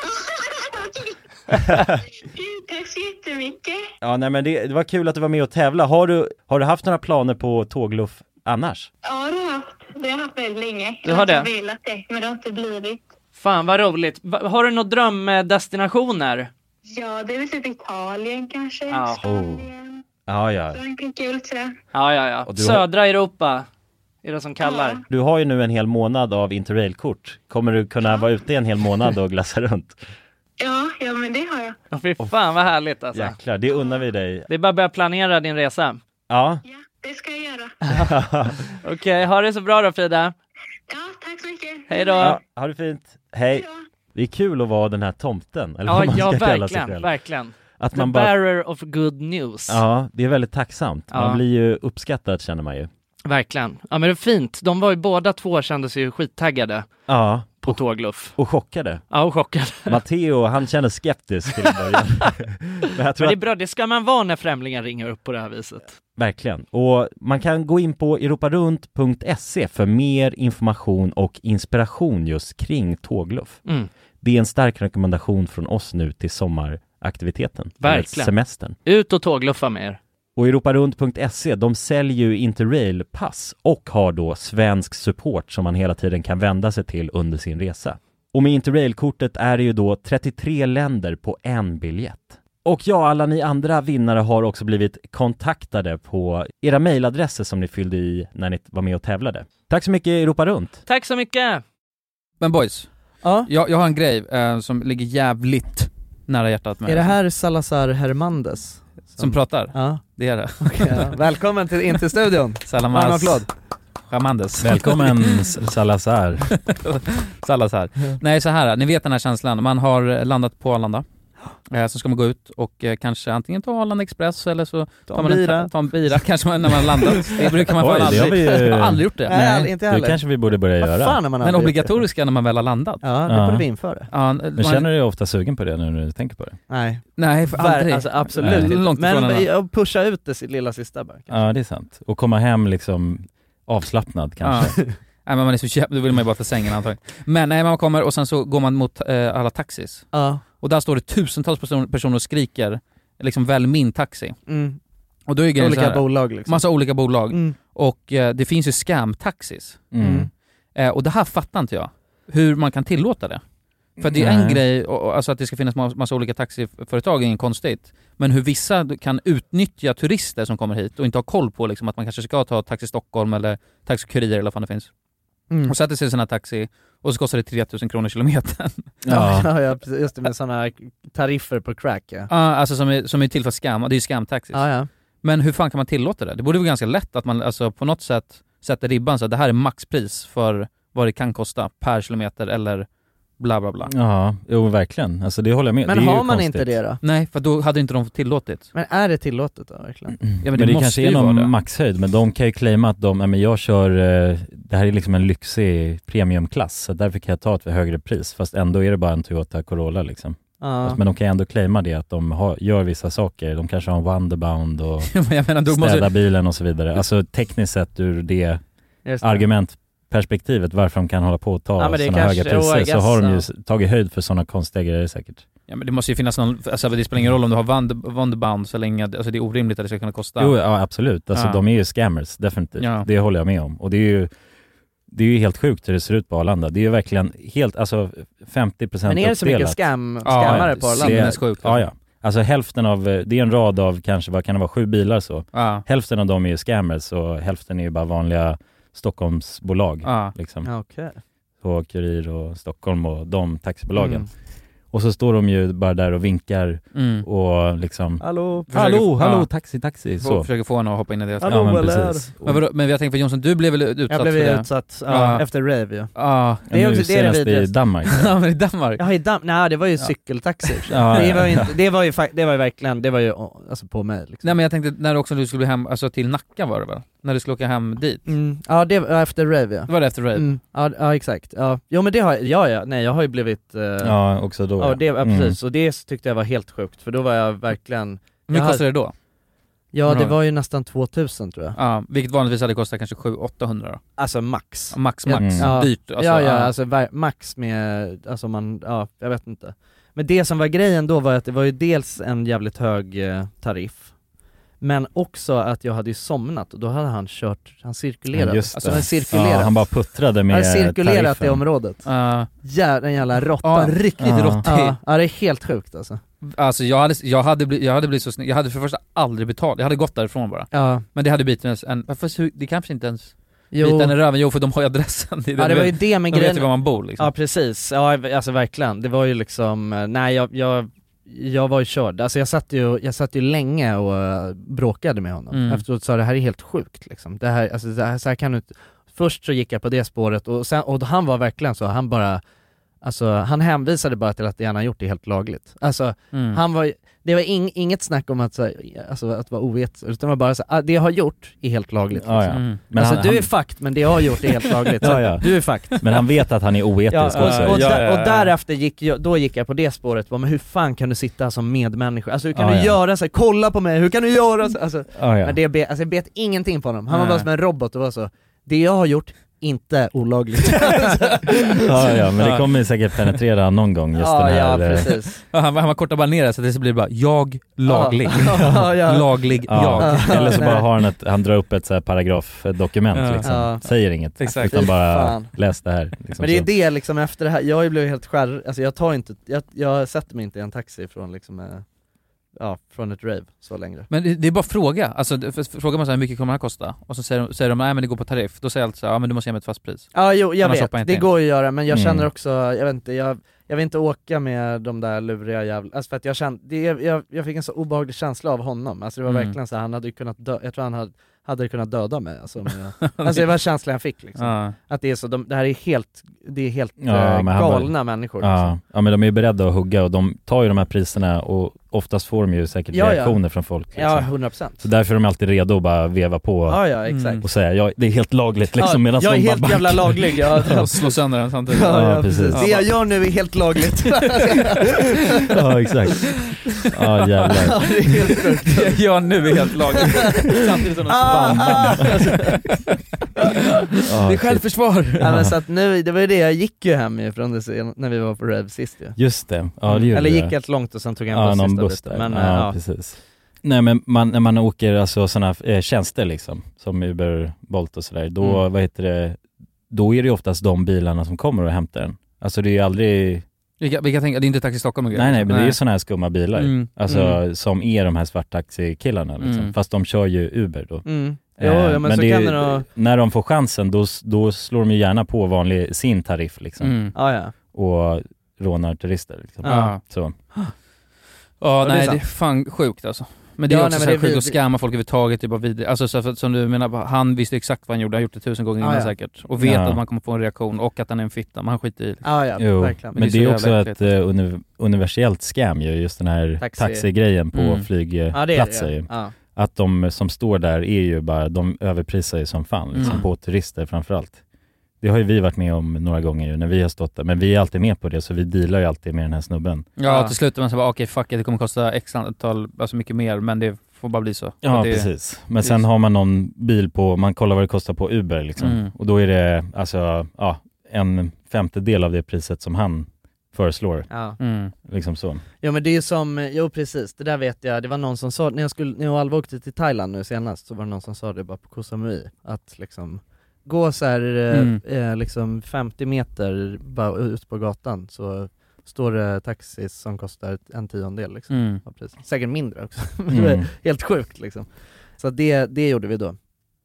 Tack så jättemycket. Ja, nej men det, det var kul att du var med och tävla. Har du, har du haft några planer på tågluff annars? Ja, det har jag haft. Det har jag haft väldigt länge. Du har det? Jag har velat det, men det har inte blivit. Fan vad roligt. Va- har du några drömdestinationer? Ja, det är väl typ Italien kanske. Ja. Oh. Ja, ja. Frankrike, kul sådär. Ja, ja, ja. Och du har- Södra Europa är det som kallar. Du har ju nu en hel månad av Interrail-kort. Kommer du kunna vara ute en hel månad och glassa runt? Ja, ja, men det har jag. Ja, fy fan vad härligt alltså. Jäklar, det unnar vi dig. Det är bara att börja planera din resa. Ja. Det ska jag göra. Okej, okay, ha det så bra då Frida. Ja, tack så mycket. Hej då. Ja, ha det fint. Hej. Det är kul att vara den här tomten. Eller Ja, vad man ja ska kalla sig verkligen, själv. verkligen. Att The man bara... bearer of good news. Ja, det är väldigt tacksamt. Man Ja. blir ju uppskattad, känner man ju. Verkligen. Ja, men det är fint. De var ju båda två, kände sig ju skittaggade. Ja. På tågluff. Och chockade. Ja, och chockade. Matteo, han känner skeptisk till en början. Men jag tror Men det är att... bra, det ska man vara när främlingar ringer upp på det här viset. Verkligen. Och man kan gå in på europarunt punkt se för mer information och inspiration just kring tågluff. Mm. Det är en stark rekommendation från oss nu till sommaraktiviteten. Verkligen. Semestern. Ut och tågluffa med er. Och europarunt punkt se, de säljer ju Interrail-pass och har då svensk support som man hela tiden kan vända sig till under sin resa. Och med Interrail-kortet är det ju då trettiotre länder på en biljett. Och ja, alla ni andra vinnare har också blivit kontaktade på era mejladresser som ni fyllde i när ni var med och tävlade. Tack så mycket Europa Runt. Tack så mycket. Men boys, ja? jag, jag har en grej eh, som ligger jävligt nära hjärtat med. Är det här Salazar Hermandes? Som, som pratar? Ja. Det är det. Okay, ja. Välkommen till in till studion. Salamas. Varm applåd. Hermandes. Välkommen Salazar. Salazar. Nej, så här, ni vet den här känslan. Man har landat på Arlanda. Eh, så ska man gå ut och eh, kanske antingen ta Arlanda Express eller så ta tar man bira. en, ta en bira kanske man, när man har landat. Det brukar man få Oj, aldrig. vi... Jag har aldrig gjort det. Nej, Nej inte heller. Det kanske vi borde börja Vad göra. Fan, man Men obligatoriska när man väl har landat. Ja, det ja. borde vi införa. Ja, Men man... känner du dig ofta sugen på det nu när du tänker på det? Nej. Nej, för aldrig. Alltså, absolut inte. Långt Men ifrån pusha ut det lilla sista bara. Kanske. Ja, det är sant. Och komma hem liksom avslappnad kanske. Ja. Nej, men man är så jävla, då vill man ju bara ta sängen antagligen. Men nej, man kommer och sen så går man mot eh, alla taxis. Ja. Och där står det tusentals person, personer och skriker liksom väl min taxi. Mm. Och då är grejen olika så här, bolag liksom. Massa olika bolag. Mm. Och eh, det finns ju scam-taxis. Mm. Eh, och det här fattar inte jag. Hur man kan tillåta det. För det är Nej. en grej, och, och, alltså att det ska finnas massa, massa olika taxiföretag är ingen konstigt. Men hur vissa kan utnyttja turister som kommer hit och inte ha koll på liksom, att man kanske ska ta Taxi Stockholm eller Taxi Kurier eller vad fan det finns. Mm. Och sätter sig i sån här taxi och så kostar det tre tusen kronor kilometern. Ja, ja, ja precis, just det, med sådana tariffer på crack. Ja, Ja, alltså som är, som är till för scam, det är ju scam-taxis. ja, ja. Men hur fan kan man tillåta det? Det borde vara ganska lätt att man alltså, på något sätt sätter ribban så att det här är maxpris för vad det kan kosta per kilometer eller bla bla bla. Ja, jo verkligen. Alltså det håller jag med. Men det är har ju man konstigt. inte det då? Nej, för då hade inte de tillåtit. Men är det tillåtet då verkligen? Ja, men men det det, måste kanske ju är någon vara det. maxhöjd, men de kan ju claima att de, ja, men jag kör, eh, det här är liksom en lyxig premiumklass, så därför kan jag ta ett högre pris, fast ändå är det bara en Toyota Corolla liksom. Ja. Fast, men de kan ju ändå claima det, att de har, gör vissa saker. De kanske har en Wonderbound och Men jag menar, då städa måste... bilen och så vidare. Alltså tekniskt sett ur det Just det. argumentperspektivet varför de kan hålla på och ta Ja, men det sådana höga kanske- oh, I priser, så guess, har de ju ja. tagit höjd för sådana konstiga grejer säkert. Ja, men det måste ju finnas någon, alltså det spelar ingen roll om du har Wonder, Wonderbound så länge, alltså det är orimligt att det ska kunna kosta. Jo, ja absolut. Alltså Ja. de är ju scammers, definitivt. Ja. Det håller jag med om. Och det är ju det är ju helt sjukt hur det ser ut på Arlanda. Det är ju verkligen helt, alltså femtio procent Men är det så mycket uppdelat. scam, Ja, scammare på Arlanda? Det är- Sinnessjukt. Ja, ja. Alltså hälften av, det är en rad av kanske, vad kan det vara, sju bilar så. Ja. Hälften av dem är ju scammers och hälften är ju bara vanliga Stockholmsbolag. Ja. Liksom. Ja, okej. Så Kurir och Stockholm och de taxibolagen. Mm. Och så står de ju bara där och vinkar Mm. och liksom Hallå, hallå, hallå, ja. taxi, taxi. Så. Så. Försöker få honom att hoppa in i deras Hallå, Ja, men eller? precis. Men, vadå, men jag tänkte för Jonsson, du blev väl utsatt Jag blev för det? utsatt ja, Ja. efter rave ja. Ja. Det är Nu också det är det senast i vidrigaste. Danmark. Ja, men i Danmark. Ja, i Dam- nej det var ju cykeltaxi. Ja, det, ja. var ju inte, det var ju fa- det var ju verkligen, det var ju alltså på mig liksom. Nej men jag tänkte när du också du skulle bli hem, alltså till Nacka var det väl? När du skulle åka hem dit? Mm. Ja det var efter rave ja. Det var det efter rave? Mm. Ja, ja exakt, ja. Jo men det har jag, ja ja, nej jag har ju blivit eh, Ja, också då. ja, det, ja Mm. precis, och det tyckte jag var helt sjukt för då var jag verkligen Hur mycket jag kostade det då? Ja det var ju nästan tvåtusen tror jag. Ja, vilket vanligtvis hade kostat kanske sju åttahundra då? Alltså max. Max, max. Mm. Ja. Dyrt alltså, ja ja, alltså ver- max med, alltså man, ja jag vet inte. Men det som var grejen då var att det var ju dels en jävligt hög eh, tariff. Men också att jag hade ju somnat och då hade han kört, han cirkulerat. Ja, just alltså det. han cirkulerat. Ja, han bara puttrade med Han hade cirkulerat tariffen. i området. Uh, Jä- en jävla råtta. Ja, riktigt Ja. råttig. Ja, ja, det är helt sjukt alltså. Alltså jag hade, jag hade, blivit, jag hade blivit så snygg, jag hade för det första aldrig betalt, jag hade gått därifrån bara. Ja. Men det hade blivit en, en varför, det kanske inte ens Jo. biten i röven, jo för de har ju adressen. Det, Ja det var ju det med de grejen. vet ju var man bor liksom. Ja precis, ja alltså verkligen. Det var ju liksom, eh, nej jag, jag, jag var ju körd. Alltså jag satt ju, jag satt ju länge och uh, bråkade med honom. Mm. Efteråt sa det här är helt sjukt liksom. Det här, alltså det här, så här kan du inte. Först så gick jag på det spåret och sen, och han var verkligen så, han bara, alltså han hänvisade bara till att det han har gjort är helt lagligt. Alltså Mm. han var, det var ing, inget snack om att, så, alltså, att vara oetiskt, utan det var bara så, ah, det jag har gjort är helt lagligt. Ja, ja. Liksom. Mm. Men alltså han, du han, är fucked men det jag har gjort är helt lagligt. Så Ja, ja. du är fucked. men han vet att han är oetisk Ja, också. och, och, Ja, där, ja, ja. och därefter gick jag, då gick jag på det spåret, bara, men hur fan kan du sitta som medmänniska? Alltså hur kan Ja, du ja. göra så här, kolla på mig, hur kan du göra så? Alltså, Ja, ja. men det be, alltså, jag bet ingenting på honom, han var Nej. bara som en robot och var så, det jag har gjort, inte olagligt. Ja, ja, men det Ja. kommer säkert penetrera någon gång just ja, den här... ja, eh, precis. Ja, han, han var korta bara ner det, så det blir bara jag laglig. Ja, ja. Laglig Ja. jag. Eller så Nej. bara har han ett, han drar upp ett så här paragrafdokument Ja. liksom. Ja. Säger inget, Exakt. utan bara Fan. läs det här liksom. Men det är så. det liksom efter det här, jag har ju blivit helt skär, alltså jag tar inte, jag, jag sätter mig inte i en taxi från liksom, eh, ja, från ett rave så längre. Men det, det är bara fråga, alltså det- för- frågar man så här, hur mycket kommer det här kosta? Och så säger de, säger de nej men det går på tariff, då säger jag alltid så här, ja men du måste ge mig ett fast pris. Ja jo, jag Annars hoppar jag vet, inte det in. går ju att göra, men jag Mm. känner också, jag vet inte, jag, jag vill inte åka med de där luriga jävla, alltså för att jag kände, det, jag, jag fick en så obehaglig känsla av honom, alltså det var Mm. verkligen så här, han hade ju kunnat dö, jag tror han hade, hade kunnat döda mig alltså, om jag, alltså det var känslan jag fick liksom. Ja. Att det är så, de, det här är helt, det är helt Ja, eh, men han galna bara- människor Ja, liksom. ja, men de är ju beredda att hugga och de tar ju de här priserna och oftast får de ju säkert Ja, ja. reaktioner från folk liksom. Ja, hundra procent. Så därför är de alltid redo att bara veva på Ja, ja, exakt. Mm. och säga ja, det är helt lagligt liksom, Ja, medan jag är de helt bara jävla laglig, ja. Och slå sönder den samtidigt. Ja, Ja, ja, precis. precis. Det jag gör nu är helt lagligt. Ja, exakt. Ja, jävlar. Ja, det är helt sjukt. Jag gör nu är helt lagligt. Samtidigt som de Ah, ah. Ja, det är självförsvar. Ja, men så att nu, det var ju det, jag gick ju hem ifrån det sen, när vi var på Rev sist ju. Just det, ja det gjorde Eller gick jag. helt långt och sen tog jag en Ja, buss någon sista buss biten. där. Men, ja, äh, ja. precis. Nej men man, när man åker alltså sådana eh, tjänster liksom, som Uber, Bolt och sådär, då, Mm. vad heter det, då är det ju oftast de bilarna som kommer och hämtar den. Alltså det är ju aldrig, Vi kan, vi kan tänka, det är inte Taxi Stockholm och grejer. nej nej men det är ju sådana här skumma bilar. Mm. Alltså Mm. som är de här svarttaxikillarna liksom. Mm. Fast de kör ju Uber då. Mm. Eh, Jo, ja, men så det är kan ju- det nog... när de får chansen då, då slår de ju gärna på vanlig, sin tariff liksom. Mm. Ja, ja. Och rånar turister liksom. Ja. Så. Ja, Ja, det är nej det sant. är fan sjukt alltså. Men det är Ja, också nej, så men här det är sjukt att vid- skamma folk överhuvudtaget, det är bara vidrigt. Alltså så för, som du menar, han visste exakt vad han gjorde, han har gjort det tusen gånger innan Ja, ja. säkert. Och vet Ja. att man kommer få en reaktion och att han är en fitta, men han skiter i det. Ja, ja, Jo, verkligen. men, Men det är det är så också jävla ett uh, uni- universellt scam ju, just den här Taxi. taxigrejen på Mm. Ja, det är flygplatser det. ju. Ja. Att de som står där är ju bara, de överprisar ju som fan liksom, Mm. på turister framförallt. Det har ju vi varit med om några gånger ju, när vi har stått där, men vi är alltid med på det, så vi dealar ju alltid med den här snubben. Ja, Ja. till slut är man så bara, okej fuck it, det kommer kosta x antal, alltså mycket mer, men det får bara bli så. För Ja, att det, precis. Men precis. sen har man någon bil på, man kollar vad det kostar på Uber liksom. Mm. Och då är det alltså, ja, en femtedel av det priset som han föreslår. Ja. Mm. Liksom så. Jo men det är ju som, jo precis, det där vet jag, det var någon som sa, när jag skulle, när jag och Alva åkte till Thailand nu senast, så var det någon som sa det bara på Koh Samui, att liksom gå så här, Mm. eh, eh, liksom femtio meter bara ut på gatan, så står det taxis som kostar en tiondel liksom. Mm. Ja, precis. Säkert mindre också. Mm. Det är helt sjukt liksom. Så det, det gjorde vi då.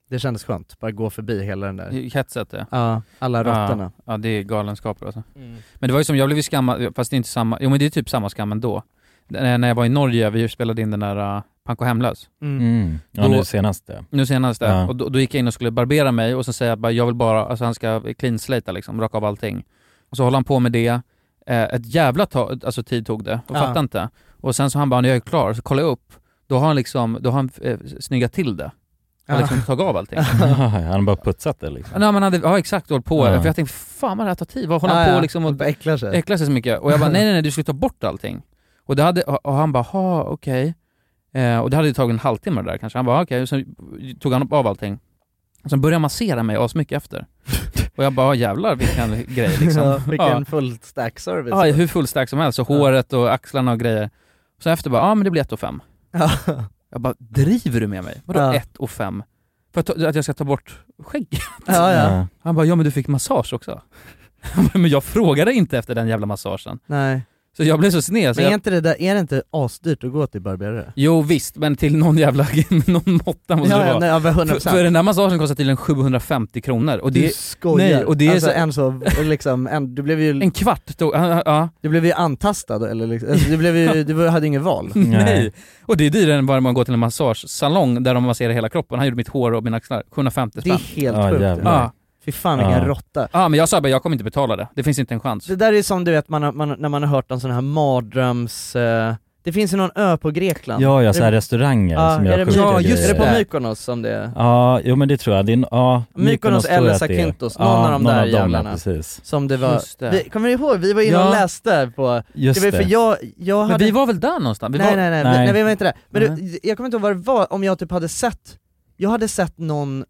Det kändes skönt, bara gå förbi hela den där hetset det. Ja, alla rötterna. Ja, ja, det är galenskaper alltså. Mm. Men det var ju som, jag blev ju skammad, fast det är inte samma, jo men det är typ samma skam ändå. När jag var i Norge, vi spelade in den där uh, Panko Hemlös. Mm. Mm. Ja, då, nu senast det. Nu senast det. Ja. Och då, då gick jag in och skulle barbera mig och så säger jag bara, jag vill bara, alltså han ska clean slata liksom, raka av allting. Och så håller han på med det. Eh, ett jävla ta- alltså tid tog det. Och Ja. fattar inte. Och sen så han bara, när jag är klar, så kollar jag upp. Då har han liksom, då har han eh, snyggat till det. Och Ja. liksom tagit av allting. Han har bara putsat det liksom. Ja, men han hade, ja exakt, hållit på. Ja. För jag tänkte, fan vad det här tar tid. Vad håller han Ja, på ja. liksom och äcklar sig. äcklar sig så mycket. Och jag bara, nej nej nej, du skulle ta bort allting. Och, det hade, och han bara, ha okej. Okay. Eh, och det hade ju tagit en halvtimme där kanske. Han bara, okej. Okay. Så tog han av allting. Och sen började han massera mig as mycket efter. Och jag bara, jävlar vilken grej liksom. Ja, vilken ja. full stack service. Ja, hur full stack som helst. Så håret och axlarna och grejer. Så efter bara, ja men det blir ett och fem. Ja. Jag bara, driver du med mig? Vadå Ja. ett och fem? För att, att jag ska ta bort skägget? Ja, ja. Han bara, ja men du fick massage också. Men jag frågade inte efter den jävla massagen. Nej. Så jag blev så sned. Så Men är jag... inte det där, är det inte asdyrt att gå till barberare? Jo visst, men till någon jävla någon måtta måste Ja, det ja, vara. nej, över hundra procent. För, för den där massagen kostar till en sjuhundrafemtio kronor. Och det, Du skojar. nej, och det är alltså så... en så, liksom, en, du blev ju... En kvart tog, ja, ja. Du blev ju antastad, eller liksom, alltså, du, blev ju, du hade ingen val. Nej. Och det är dyrare än bara man går till en massagesalong där de masserar hela kroppen. Han gjorde mitt hår och mina axlar, sjuhundrafemtio Det är spänn. helt Ja, sjukt. jävlar. Ja. Fy fan vilken Ja. råtta. Ja, men jag sa bara, jag kommer inte betala det. Det finns inte en chans. Det där är som du vet, man, har- man, när man har hört om sådana här mardröms... Eh, det finns ju någon ö på Grekland. Ja, ja, så här Är det- restauranger Ja, som är gör det, sjuka ja, just grejer. är det på Mykonos som det är? Ja, jo men det tror jag. Det är, ja, Mykonos tror jag eller att det är. Zakynthos, någon Ja, av de någon där av dem, jävlarna. ja, precis. Som det var, Just det. vi, kommer du ihåg? Vi var inne och Ja. läste på, Just det var, det. för jag, jag Men hade... vi var väl där någonstans? Vi nej, var... nej, nej, Nej. nej, vi var inte där. Men Nej. du, jag kommer inte ihåg vad det var, om jag typ hade sett, jag hade sett någon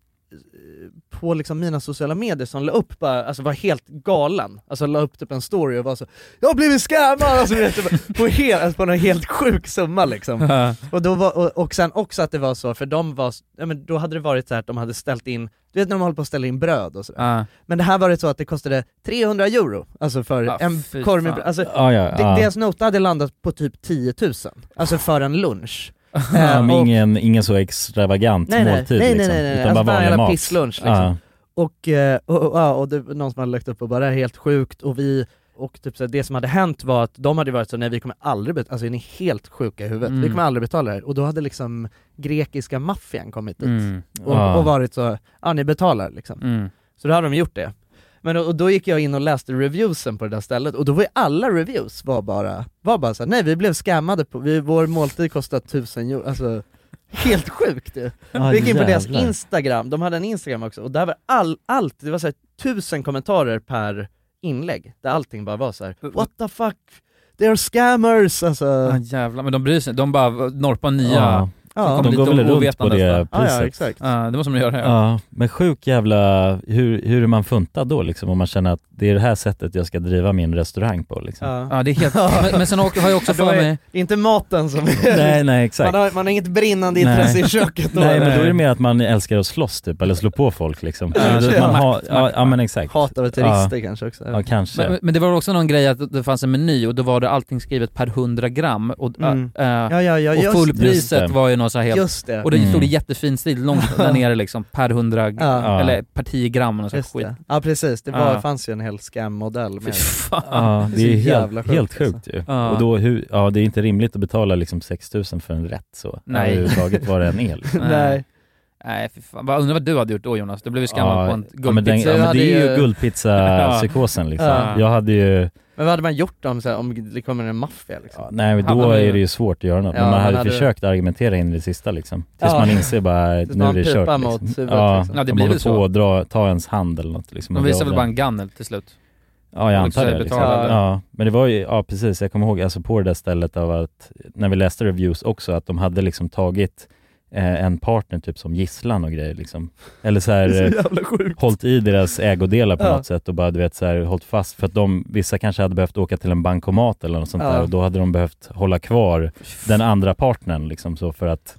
på liksom mina sociala medier som la upp bara, alltså var helt galen, alltså la upp typ en story och var så, jag har blivit scammad, alltså vet du, på, helt, alltså, på en helt sjuk summa liksom. och, då var, och, och sen också att det var så, för de var, ja, men då hade det varit så här att de hade ställt in, du vet när de håller på att ställa in bröd och sådär. Ja. Men det här var det så att det kostade trehundra euro, alltså för Ja, en fy korv med fan. bröd, alltså Ja, ja, det, ja. deras nota hade landat på typ tio tusen, alltså för en lunch. Ja, Eh, men och- ingen, ingen så extravagant Nej, nej, måltid nej, nej, liksom, nej, nej, utan alltså bara bara en vanlig jävla mat. pisslunch, liksom. Ja. Och, eh, och, och, ja, och det var någon som hade lagt upp och bara det här är helt sjukt, och vi, och typ så här, det som hade hänt var att de hade varit så, nej vi kommer aldrig betala, alltså är ni helt sjuka i huvudet, Mm. vi kommer aldrig betala det här. Och då hade liksom grekiska maffian kommit dit Mm. och, Ja. och varit så, ja ni betalar liksom. Mm. Så då hade de gjort det. Men och, och då gick jag in och läste reviewsen på det där stället, och då var ju alla reviews var bara, var bara så här, nej vi blev scammade på, vi, vår måltid kostade tusen euro, alltså helt sjukt ju. Ja, Vi gick in på deras jävlar. Instagram, de hade en Instagram också, och där var all, allt, det var så här tusen kommentarer per inlägg, där allting bara var så här: what the fuck, they're scammers, alltså. Ja, jävlar, men de bryr sig, de bara norpar nya. Ja. Ja, kommer de går lite väl runt på ovetandes det där. Ja, priset. ja, exakt. Ja, det måste de göra. Ja. Ja, men sjuk jävla, hur, hur är man funtad då liksom, om man känner att det är det här sättet jag ska driva min restaurang på liksom. Ja. Ja, det är helt... men, men sen har jag också Då för är mig... det inte maten som Nej, nej, exakt. man, har, man har inget brinnande Nej. intresse i köket då. Nej, men då är det mer att man älskar att slåss typ, eller slå på folk liksom. Ja, Eller ja. man har, Makt, ja, makt, ja men exakt. Hatade turister kanske också. Ja, kanske. Men, men det var också någon grej att det fanns en meny och då var det allting skrivet per hundra gram och, Mm. äh, Ja, ja, ja, och just, Just fullpriset det. var ju något så här helt... just det. Och det Mm. stod det jättefin stil långt där nere liksom, per hundra, Ja. eller per tio gram och så Just skit. det. Ja precis, det var, Ja. fanns ju en hel scam-modell med Fy fan. Ja, det Det är är så jävla helt, sjukt, helt sjukt alltså. ju. Ja. Och då, hur, ja det är inte rimligt att betala liksom sex tusen för en rätt så. Nej. Överhuvudtaget var det en el. Nej. Nej. Nej, fy fan. Vad- Undrar vad du hade gjort då Jonas? Du blev ju skammad på en ja, men, den, guldpizza. ja, men hade det är ju ju- guldpizza-psykosen liksom. Ja. Jag hade ju, Men vad hade man gjort om, så här, om det kommer en maffia liksom? ja, nej men Hade då man ju- är det ju svårt att göra något. Ja, Men man man hade, hade- försökt argumentera in i det sista liksom. Tills Ja. man inser bara, Tills nu är man det pipar kört mot liksom. huvudet, Ja, liksom. Ja, det de blir håller väl så. på att dra, ta ens hand eller något liksom. De och visar dra väl den. bara en gunnel till slut. Ja, jag Och antar så det liksom. betalade. Ja, men det var ju, ja precis, jag kommer ihåg alltså på det där stället av att, när vi läste reviews också, att de hade liksom tagit eh, en partner typ som gisslan och grejer liksom. Eller så här, Det är eh, så jävla sjukt. hållit i deras ägodelar på Ja. något sätt och bara du vet så här, hållit fast för att de, vissa kanske hade behövt åka till en bankomat eller något sånt Ja. där och då hade de behövt hålla kvar den andra partnern liksom så för att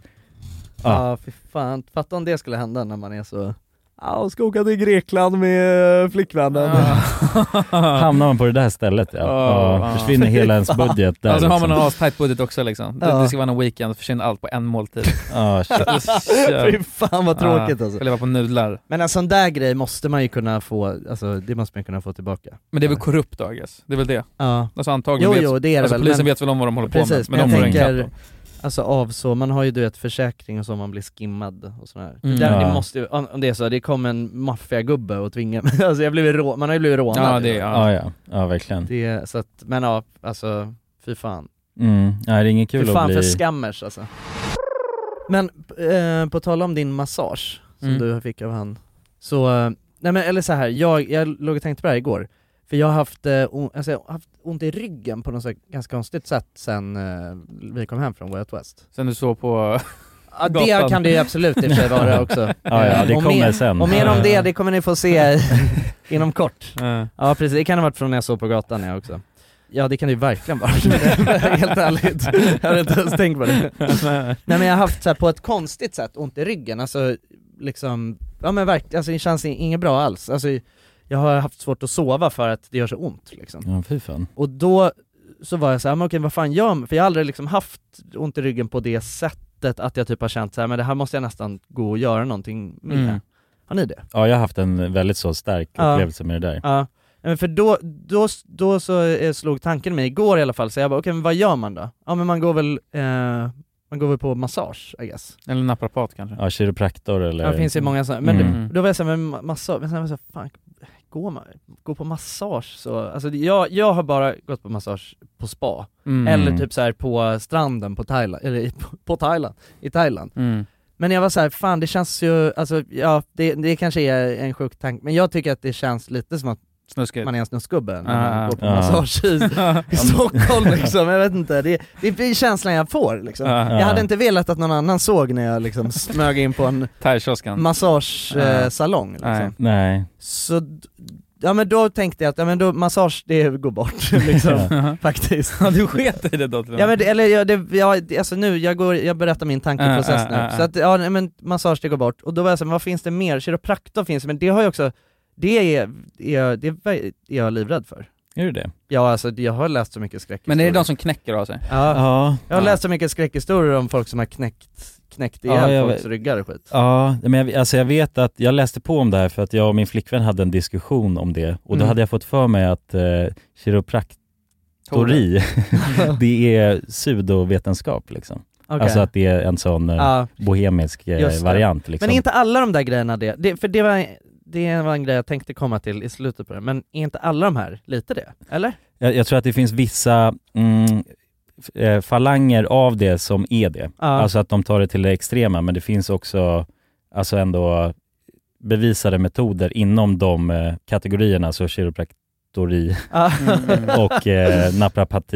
Ja, fy fan. Fatta om det skulle hända när man är så, ja, ska åka till Grekland med flickvännen. Ja. Hamnar man på det där stället, ja, Oh, ja försvinner hela ens budget där. Alltså har liksom. man en astajt budget också liksom. Det, Ja. det ska vara en weekend och försvinner allt på en måltid. Ja, shit. Fy fan vad tråkigt Ja, alltså. ska leva på nudlar. Men en sån där grej måste man ju kunna få, alltså det måste man kunna få tillbaka. Men det är väl korrupt då, I guess. Det är väl det. Ja. Alltså antagligen Jo, vet, jo, det är det alltså, väl, polisen men- vet väl om vad de håller på Precis, med. men de jag får en tänker, katt alltså av så, man har ju du vet försäkring och så, man blir skimmad och sådär. Mm. Det, där, Ja. det måste ju, om om det är så, det kom en maffiagubbe och tvingade mig, alltså jag blev rå, man har ju blivit rånad. Ja, det är- Ja, ja, ja, verkligen. Det, så att, men ja, alltså, fy fan. Mm. Ja, det är inget kul Fy fan att bli... för skammers alltså. Men eh, på tal om din massage som Mm. du fick av han, så, eh, nej men eller så här, jag, jag låg och tänkte på det här igår. För jag har haft, eh, o, alltså, jag har haft ont i ryggen på något så här ganska konstigt sätt sen eh, vi kom hem från Way Out West. Sen du såg på Ja, det gatan. kan det ju absolut i och för sig vara också. Ja, ja, det och kommer mer, sen. Och mer om det, det kommer ni få se inom kort. Ja. Ja precis, det kan ha varit från när jag såg på gatan jag också. Ja det kan det ju verkligen vara, helt ärligt. Jag hade inte ens tänkt på det. Nej men jag har haft så här, på ett konstigt sätt ont i ryggen, alltså liksom, ja men verkligen, alltså det känns inget bra alls. Alltså jag har haft svårt att sova för att det gör så ont liksom. Ja, fy fan. Och då så var jag så här, men okej vad fan gör man? För jag har aldrig liksom haft ont i ryggen på det sättet att jag typ har känt så här, men det här måste jag nästan gå och göra någonting med. Mm. Har ni det? Ja, jag har haft en väldigt så stark Ja. upplevelse med det där. Ja, men för då, då, då så eh, slog tanken mig igår i alla fall, så jag bara okej men vad gör man då? Ja men man går väl, eh, man går väl på massage I guess. Eller naprapat kanske. Ja, kiropraktor eller... Ja, det finns ju många sådana, men Mm. det, då var jag såhär, men massage, men sen var jag såhär, fan, gå, ma- gå på massage så, alltså jag, jag har bara gått på massage på spa, Mm. eller typ så här på stranden på Thailand, eller i- på, på Thailand, i Thailand. Mm. Men jag var så här, fan det känns ju, alltså ja, det, det kanske är en sjuk tanke, men jag tycker att det känns lite som att Snuskigt. man är en snuskgubbe när Ah, man går på ah. massage i, i Stockholm liksom, jag vet inte, det, det är känslan jag får liksom. Ah. Jag hade inte velat att någon annan såg när jag liksom smög in på en Thai-kiosken. massagesalong Ah. liksom. Nej. Så, d- ja men då tänkte jag att, ja men då, massage det går bort liksom, faktiskt. Ja, du sket i det då till och Ja med. men det, eller jag, det, jag, alltså nu, jag, går, jag berättar min tankeprocess Ah, nu, ah, ah, så att ja nej, men massage det går bort, och då var jag så här, men vad finns det mer? Kiropraktor finns, men det har jag också, det är, är, det är jag livrädd för. Är det det? Ja alltså jag har läst så mycket skräckhistorier. Men är det de som knäcker av sig? Ja, Ja. jag har Ja. läst så mycket skräckhistorier om folk som har knäckt, knäckt ihjäl Ja, jag folks vet. ryggar och skit. Ja, men jag, alltså jag vet att jag läste på om det här för att jag och min flickvän hade en diskussion om det, och då Mm. hade jag fått för mig att eh, kiropraktori det är pseudovetenskap liksom. Okej. Alltså att det är en sån eh, Ja. bohemisk eh, Just det. variant liksom. Men är inte alla de där grejerna det? det för det var, det var en grej jag tänkte komma till i slutet på det, men är inte alla de här lite det? Eller? jag, jag tror att det finns vissa mm, f- eh, falanger av det som är det. Ja. Alltså att de tar det till det extrema, men det finns också alltså ändå bevisade metoder inom de eh, kategorierna, alltså kiropraktori Ja. och eh, naprapati.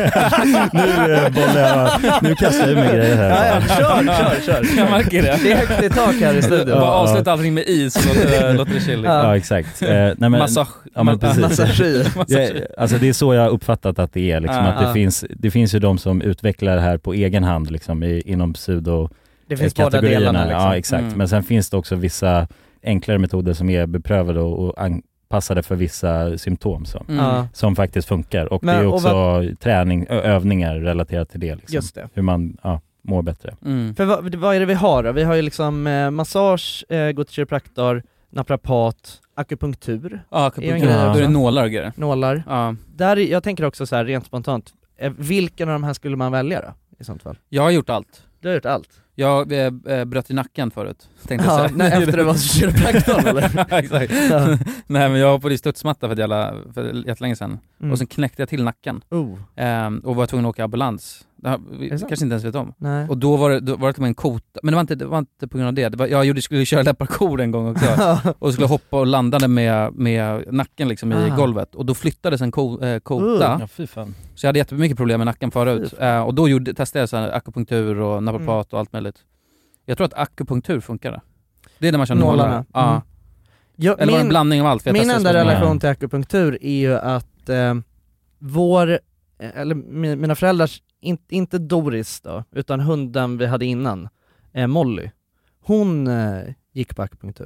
nu eh, bollar jag, nu kastar jag ur mig grejer här. Ja, ja, kör, kör, kör. Jag märker det. Det är högt i tak här i studion. Bara Ja. avsluta allting med is så låter, låter det chill. Ja. Ja, exakt. Eh, nej, men, Massage. ja, men precis. Massagi. Ja, alltså det är så jag har uppfattat att det är liksom, Ja. att det, Ja. finns, det finns ju de som utvecklar det här på egen hand liksom, i, inom pseudo Det finns eh, båda delarna liksom. Ja, exakt. Mm. Men sen finns det också vissa enklare metoder som är beprövade och, och anpassade för vissa symptom så, Mm. Ja. som faktiskt funkar. Och Men- det är och också träning, ö- övningar relaterat till det liksom. Just det. Hur man ja, mår bättre. Mm. För vad, vad är det vi har då? Vi har ju liksom eh, massage, eh, gå till kiropraktor, naprapat, akupunktur, Ja, Är en akupunktur. grej Då är det också. nålar och grejer. nålar. Ja. Där, jag tänker också så här rent spontant, eh, vilken av de här skulle man välja då? I sånt fall. Jag har gjort allt. Du har gjort allt. Jag eh, eh, bröt i nacken förut, tänkte jag Ja, säga. nej, efter det var kiropraktorn eller? Ja, exakt. Ja. Nej men jag hoppade i studsmatta för, ett jävla, för jättelänge sedan. Mm. Och sen knäckte jag till nacken. Oh. Ehm, och var tvungen att åka ambulans. Det har, vi det sant? kanske inte ens vet om. Nej. Och då var det, då var det till och med en kota, men det var inte, det var inte på grund av det. det var, jag gjorde, skulle köra läpparkor en gång också. Och skulle hoppa och landade med, med nacken liksom i Ah. golvet. Och då flyttades en ko, eh, kota. Uh. Ja, fy fan. Så jag hade jättemycket problem med nacken förut. Fy Eh, och då gjorde, testade jag så här akupunktur och naprapat Mm. och allt möjligt. Jag tror att akupunktur funkar. Det är när man kör Nålarna. nålarna. Ja. Mm. Ja, Eller var det en blandning av allt? För jag min testade enda så många. relation till akupunktur är ju att eh, vår, eh, eller mi- mina föräldrars, in, inte Doris då, utan hunden vi hade innan, eh, Molly, hon eh, gick på akupunktur.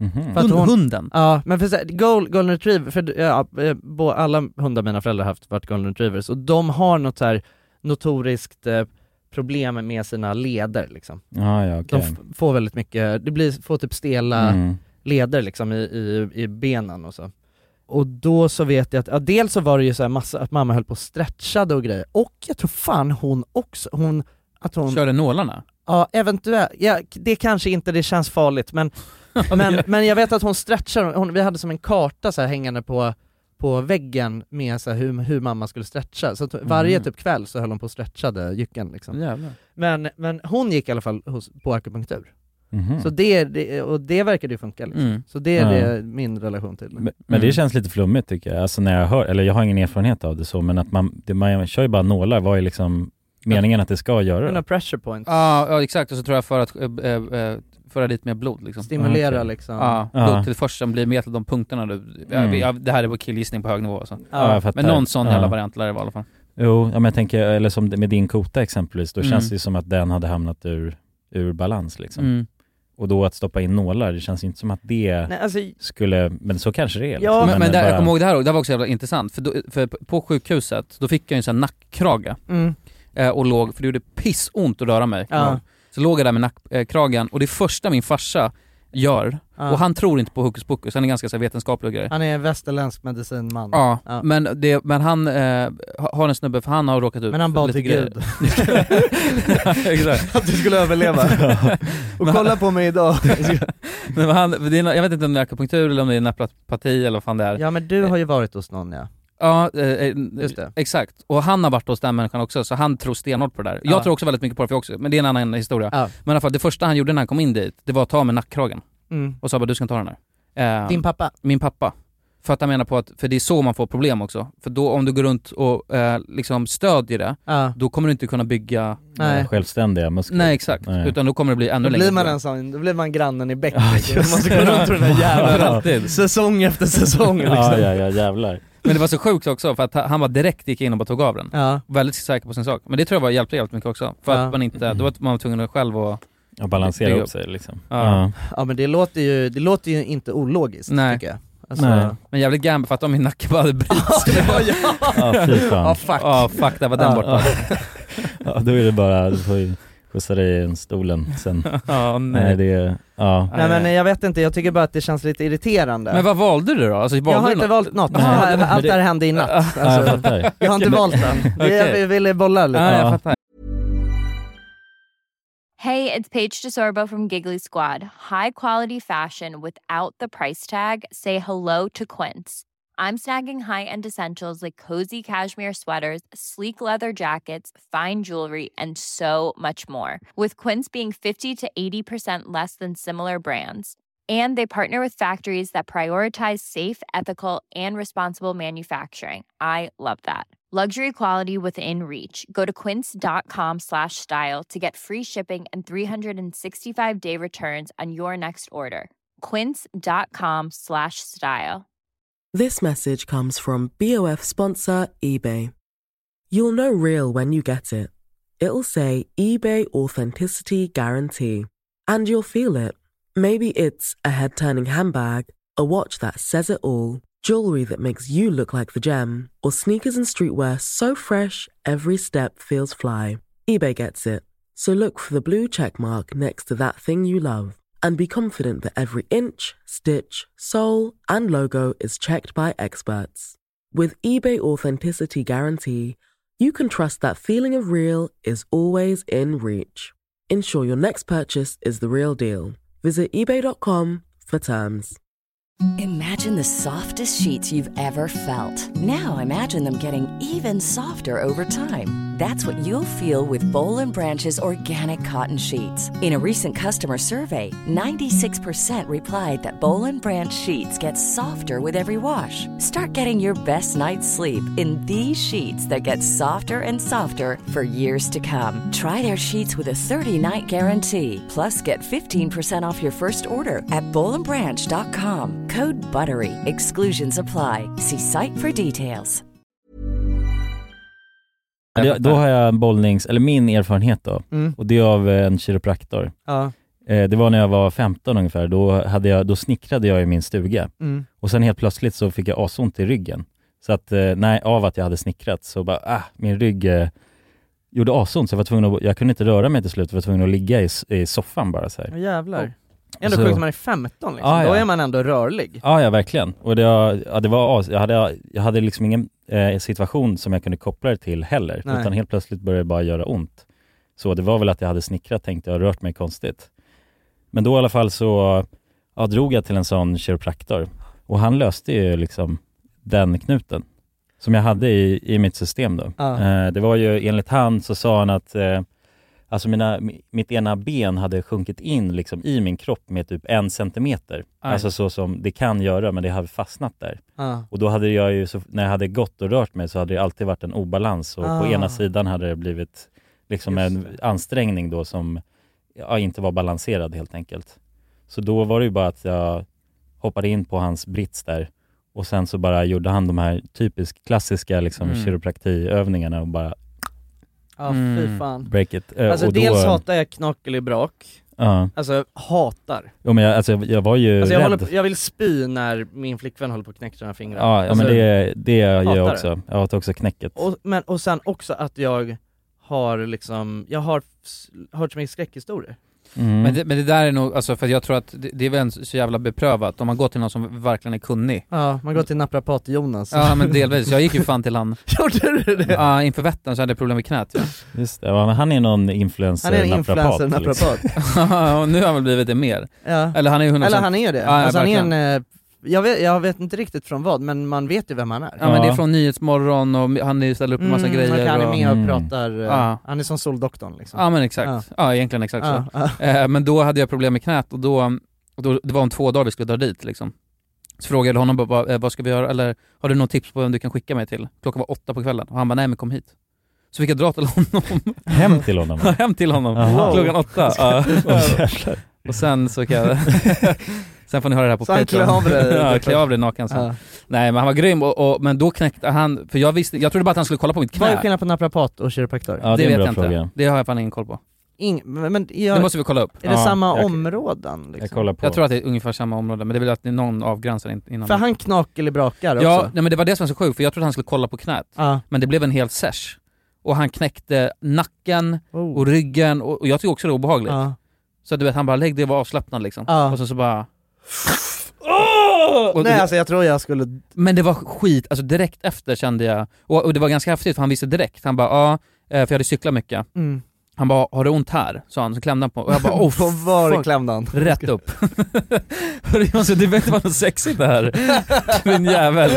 Mhm. För att hon, Hunden? Ja, men för så här, Gold, Golden Retriever, för ja, bo, alla hundar mina föräldrar har haft varit Golden Retrievers, och de har något så här notoriskt eh, problem med sina leder liksom. Ah, ja, okay. De f- får väldigt mycket, det blir, får typ stela Mm. leder liksom i, i, i benen och så. Och då så vet jag att, ja, dels så var det ju så här massa, att mamma höll på och stretchade och grejer, och jag tror fan hon också, hon, att hon... Körde nålarna? Ja, eventuellt, ja, det kanske inte, det känns farligt, men, men, men jag vet att hon stretchar, hon, vi hade som en karta så här hängande på, på väggen med så här hur, hur mamma skulle stretcha, så att varje Mm. typ kväll så höll hon på och stretchade jycken liksom. Jävlar. Men, men hon gick i alla fall hos, på akupunktur. Mhm. Så det, det, och det verkade ju funka liksom. Mm. Så det är Ja. det min relation till det. Men, men det Mm. känns lite flummigt tycker jag. Alltså när jag hör, eller jag har ingen erfarenhet av det så, men att man, det, man kör ju bara nålar, vad är liksom meningen att det ska göra Några det? pressure points. Ja, ja, exakt. Och så tror jag för att äh, äh, föra dit mer blod liksom. Stimulera Okej. liksom. Ja, Ja. blod till först, sen blir mer till de punkterna du, ja, Mm. ja, det här är på killgissning på hög nivå alltså. Ja, jag fattar. Men någon sån Ja. jävla variant lär det vara i alla fall. Jo, ja, men jag tänker, eller som med din kota exempelvis, då Mm. känns det ju som att den hade hamnat ur, ur balans liksom. Mm. Och då att stoppa in nålar, det känns inte som att det Nej, alltså, skulle, men så kanske det är. Liksom. Ja, Men, men det där, bara- jag kommer ihåg det här och det var också jävla intressant, för, då, för på sjukhuset, då fick jag en sån här nackkrage mm. eh, och låg, för det gjorde pissont att röra mig. Ja. Så låg jag där med nackkragen, och det första min farsa gör, Ja. och han tror inte på hokus pokus, han är ganska så här vetenskaplig och grejer. Han är en västerländsk medicinman. Ja, Ja. Men, det, men han eh, har en snubbe, för han har råkat ut Men han bad lite till grejer. Gud. Exakt. Att du skulle överleva. Och Men- kolla på mig idag. Men han, det är, jag vet inte om det är akupunktur eller om det är naprapati eller vad fan det är. Ja, men du har ju varit hos någon, ja. Ja, eh, Just det. exakt. Och han har varit hos den människan också, så han tror stenhårt på det där. Jag Ja. tror också väldigt mycket på det för jag också, men det är en annan historia. Ja. Men i alla fall, det första han gjorde när han kom in dit, det var att ta med nackkragen. Mm. Och sa bara, du ska ta den här. Eh, Din pappa? Min pappa. För att han menar på att, för det är så man får problem också. För då om du går runt och eh, liksom stödjer det, Ja. då kommer du inte kunna bygga... Nej. Självständiga muskler. Nej, exakt. Nej. Utan då kommer det bli ännu Då längre. blir man en sån, då blir man grannen i bäck. Ja, liksom. just Man måste gå det. runt den här jävla alltid. säsong efter säsong liksom. Ja, ja, ja, jävlar. Men det var så sjukt också, för att han bara direkt gick in och bara tog av den. Ja. Väldigt säker på sin sak. Men det tror jag var hjälpte jävligt mycket också. För Ja. att man inte, då var man tvungen att själv och... Och balansera bygga upp sig liksom. Ja. Ja, men det låter ju, det låter ju inte ologiskt, Nej. tycker jag. Alltså, Nej. Men jävligt gammal, för att om min nacke bara hade brutits. Ja, fy fan. Ja, fuck. Ja, fuck, där var den Ja, borta. Ja, då är det bara, du får ju skjutsa dig i en stolen sen. Ja, nej. Nej, det är, ja. Nej, men jag vet inte, jag tycker bara att det känns lite irriterande. Men vad valde du då? Alltså, valde jag har du inte något? valt något, Nej, det här, det- men allt det- det här hände i natt. Alltså, Ja, jag fattar. jag har inte Men- valt den. Okej. Jag, jag ville bolla lite. Ja, jag Ja. fattar. Hey, it's Paige DeSorbo from Giggly Squad. High quality fashion without the price tag. Say hello to Quince. I'm snagging high-end essentials like cozy cashmere sweaters, sleek leather jackets, fine jewelry, and so much more. With Quince being fifty to eighty percent less than similar brands. And they partner with factories that prioritize safe, ethical, and responsible manufacturing. I love that. Luxury quality within reach. Go to quince.com slash style to get free shipping and three sixty-five day returns on your next order. Quince.com slash style. This message comes from B O F sponsor eBay. You'll know real when you get it. It'll say eBay Authenticity Guarantee. And you'll feel it. Maybe it's a head-turning handbag, a watch that says it all, jewelry that makes you look like the gem, or sneakers and streetwear so fresh every step feels fly. eBay gets it. So look for the blue check mark next to that thing you love. And be confident that every inch, stitch, sole, and logo is checked by experts. With eBay Authenticity Guarantee, you can trust that feeling of real is always in reach. Ensure your next purchase is the real deal. Visit ebay dot com for terms. Imagine the softest sheets you've ever felt. Now imagine them getting even softer over time. That's what you'll feel with Boll and Branch's organic cotton sheets. In a recent customer survey, ninety-six percent replied that Boll and Branch sheets get softer with every wash. Start getting your best night's sleep in these sheets that get softer and softer for years to come. Try their sheets with a thirty-night guarantee. Plus, get fifteen percent off your first order at boll and branch dot com. Code BUTTERY. Exclusions apply. See site for details. Det, då har jag en bollnings, eller min erfarenhet då, Mm. och det är av en kiropraktor. Ja. Eh, det var när jag var femton ungefär. Då, hade jag, då snickrade jag i min stuga. Mm. Och sen helt plötsligt så fick jag asont i ryggen. Så att, eh, nej, av att jag hade snickrat så bara, ah, min rygg eh, gjorde asont. Så jag var tvungen att, jag kunde inte röra mig till slut. Jag var tvungen att ligga i, i soffan bara så här. Oh, jävlar. Oh. Ändå så, sjukt när man är femton liksom. Ah, Då ja. är man ändå rörlig. Ja, ja, verkligen. Och det, ja, det var as, jag, hade, jag hade liksom ingen eh, situation som jag kunde koppla det till heller. Nej. Utan helt plötsligt började det bara göra ont. Så det var väl att jag hade snickrat, tänkte jag, rört mig konstigt. Men då i alla fall så ja, drog jag till en sån kiropraktor. Och han löste ju liksom den knuten som jag hade i, i mitt system då. Ah. Eh, det var ju, enligt han så sa han att eh, alltså mina, mitt ena ben hade sjunkit in liksom i min kropp med typ en centimeter. Aj. Alltså så som det kan göra, men det hade fastnat där. Ah. Och då hade jag ju, så, när jag hade gått och rört mig så hade det alltid varit en obalans. Och Ah. på ena sidan hade det blivit liksom en ansträngning då som ja, inte var balanserad helt enkelt. Så då var det ju bara att jag hoppade in på hans brits där. Och sen så bara gjorde han de här typiskt klassiska liksom Mm. kiropraktiövningarna och bara Ja, mm. fy fan. break it. Eh, Alltså och då, dels hatar jag knakelbrak. Ja. Alltså hatar. Jo, men jag, alltså, jag, jag var ju Alltså jag, rädd. håller på, jag vill spy när min flickvän håller på att knäcka sina fingrar. Ja, ja alltså, men det, det gör hatar jag det. också. Jag hatar också knäcket. Och, men, och sen också att jag har liksom, jag har s- hört så mycket skräckhistorier. Mm. Men, det, men det där är nog, alltså för jag tror att det, det är väl så jävla beprövat om man går till någon som verkligen är kunnig. Ja, man går till naprapat Jonas. Ja men delvis, jag gick ju fan till han. Gjorde du det? Ja, inför Vättern så hade jag problem med knät. Ja. Just det, ja, men han är någon influencer Han är en naprapat. influencer liksom. Ja, och nu har han väl blivit det mer. Ja. Eller han är ju hundra Eller han är det. Ja, alltså han är verkligen. en, eh, jag vet, jag vet inte riktigt från vad, men man vet ju vem han är. Ja, men det är från Nyhetsmorgon och han är- ställer upp en massa Mm, grejer. och han är med och Mm. pratar, eh, Ja. han är som Soldoktorn liksom. Ja men exakt, Ja. ja, egentligen exakt Ja, så. Eh, Men då hade jag problem med knät och då, och då det var om två dagar vi skulle dra dit liksom. Så frågade jag honom bara, vad, eh, vad ska vi göra, eller har du någon tips på vem du kan skicka mig till? Klockan var åtta på kvällen och han bara, nej men kom hit. Så fick jag dra till honom. Hem till honom? Ja, hem till honom, Aha. klockan åtta. Ja. Åh, Och sen så kan jag sen får ni höra det här på Så han klä av dig? Ja, klä av dig naken sen. Ja. Nej men han var grym och, och, men då knäckte han, för jag visste, jag trodde bara att han skulle kolla på mitt knä. Vad är skillnaden på naprapat och kiropraktor? Ja, det det är en vet bra jag fråga. inte. Det har jag fan ingen koll på. Ing, men, men jag, Det måste vi kolla upp. är det Ja, samma jag- områden liksom? Jag kollar på. Jag tror att det är ungefär samma område, men det är väl att det är någon avgränsar in- innan. För han knakelibrakar också? Ja, nej, men det var det som var så sjukt, för jag trodde han skulle kolla på knät. Ja. Men det blev en hel sesh. Och han knäckte nacken Oh. och ryggen, och, och jag tycker också det var obehagligt. Ja. Så du vet, han bara lägg det och var avslappnad liksom. Ja. Och så, så bara... Oh! Och Nej det- alltså jag tror jag skulle... Men det var skit, alltså direkt efter kände jag, och, och det var ganska häftigt för han visste direkt, han bara ja, eh, för jag hade cyklat mycket. Mm. Han bara, har du ont här? Sa han, så klämde han på, och jag bara, oh På var fuck. klämde han? Rätt upp. Alltså, det vet inte vad något sexigt det här. Min jävel.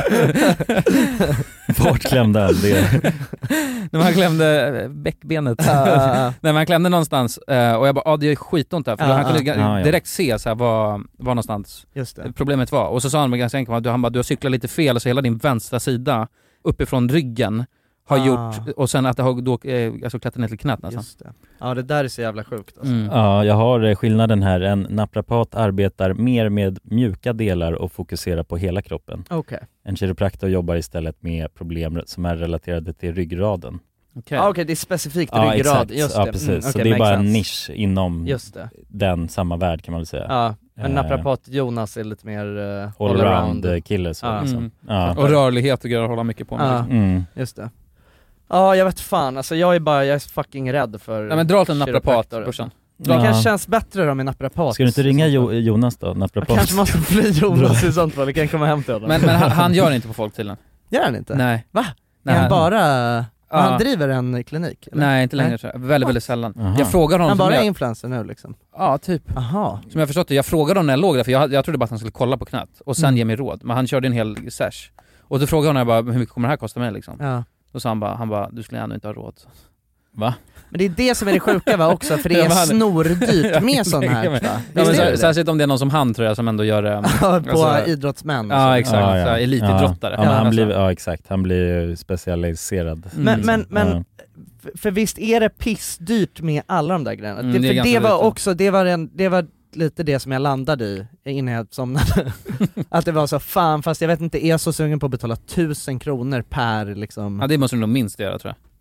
Vart klämde han? Det... Nej, men han klämde bäckbenet. Ja, ja, ja. Nej, men han klämde någonstans eh, och jag bara, ja det är skitont här. För Ja, han kunde ja. ga- Ja, ja. direkt se så här, vad, vad någonstans Just det. problemet var. Och så sa han med ganska enkelt, han bara, du har cyklat lite fel, så hela din vänstra sida uppifrån ryggen har Ah. gjort, och sen att det har då, eh, alltså klättrat ner till knät nästan. Just det. Ja det där är så jävla sjukt alltså. Mm. Ja, jag har eh, skillnaden här. En naprapat arbetar mer med mjuka delar och fokuserar på hela kroppen. Okej. En kiropraktor jobbar istället med problem som är relaterade till ryggraden. Okej. Ah, okej, det är specifikt Ja, ryggrad. exakt. Just Ja, det. precis. Mm, så okej, det är makes bara en sense. nisch inom Just det. den samma värld kan man väl säga. Ja, men Eh, naprapat Jonas är lite mer uh, all around kille så Ja. liksom. Mm. Ja. Och rörlighet och grejer att hålla mycket på med. Ja. Mm. Just det. Ja jag vet fan, alltså jag är bara, jag är fucking rädd för Nej men dra till en naprapat, kiropraktor. brorsan. Det Ja. kanske känns bättre då med naprapat. Ska du inte ringa jo- Jonas då? Naprapat? Jag kanske måste fly Jonas i sånt fall, det kan komma hem till honom. Men, men han, han gör inte på folk tydligen. Gör han inte? Nej. Va? Nej. Är han bara, Ja. han driver en klinik? eller? Nej inte längre Nej. tror jag. Väldigt, väldigt sällan. Aha. Jag frågar honom Han bara som är jag, influencer nu liksom? Ja typ. Aha. Som jag förstått det, jag frågade honom när jag låg där, för jag, jag trodde bara att han skulle kolla på knät och sen Mm. ge mig råd. Men han körde en hel sesh. Och då frågade jag honom bara, hur mycket kommer det här kosta mig liksom? Ja. Då sa han bara, han bara, du skulle ändå inte ha råd. Va? Men det är det som är det sjuka va också, för det Ja, är men han- snordyrt med sån här va? Ja, Visst men är det så, särskilt om det är någon som han tror jag som ändå gör det. på alltså- idrottsmän och Ja så. exakt, Ja, ja. Så här, elitidrottare. Ja, ja, men han Alltså. blir, ja exakt, han blir ju specialiserad. Mm. Men, men, men Ja. f- för visst är det pissdyrt med alla de där grejerna? Mm, det, det är för ganska det var dyrt, ja. också, det var, en, det var lite det som jag landade i innan jag somnade. Att det var så, fan fast jag vet inte, är jag så sugen på att betala tusen kronor per liksom. Ja det måste du nog minst göra tror jag.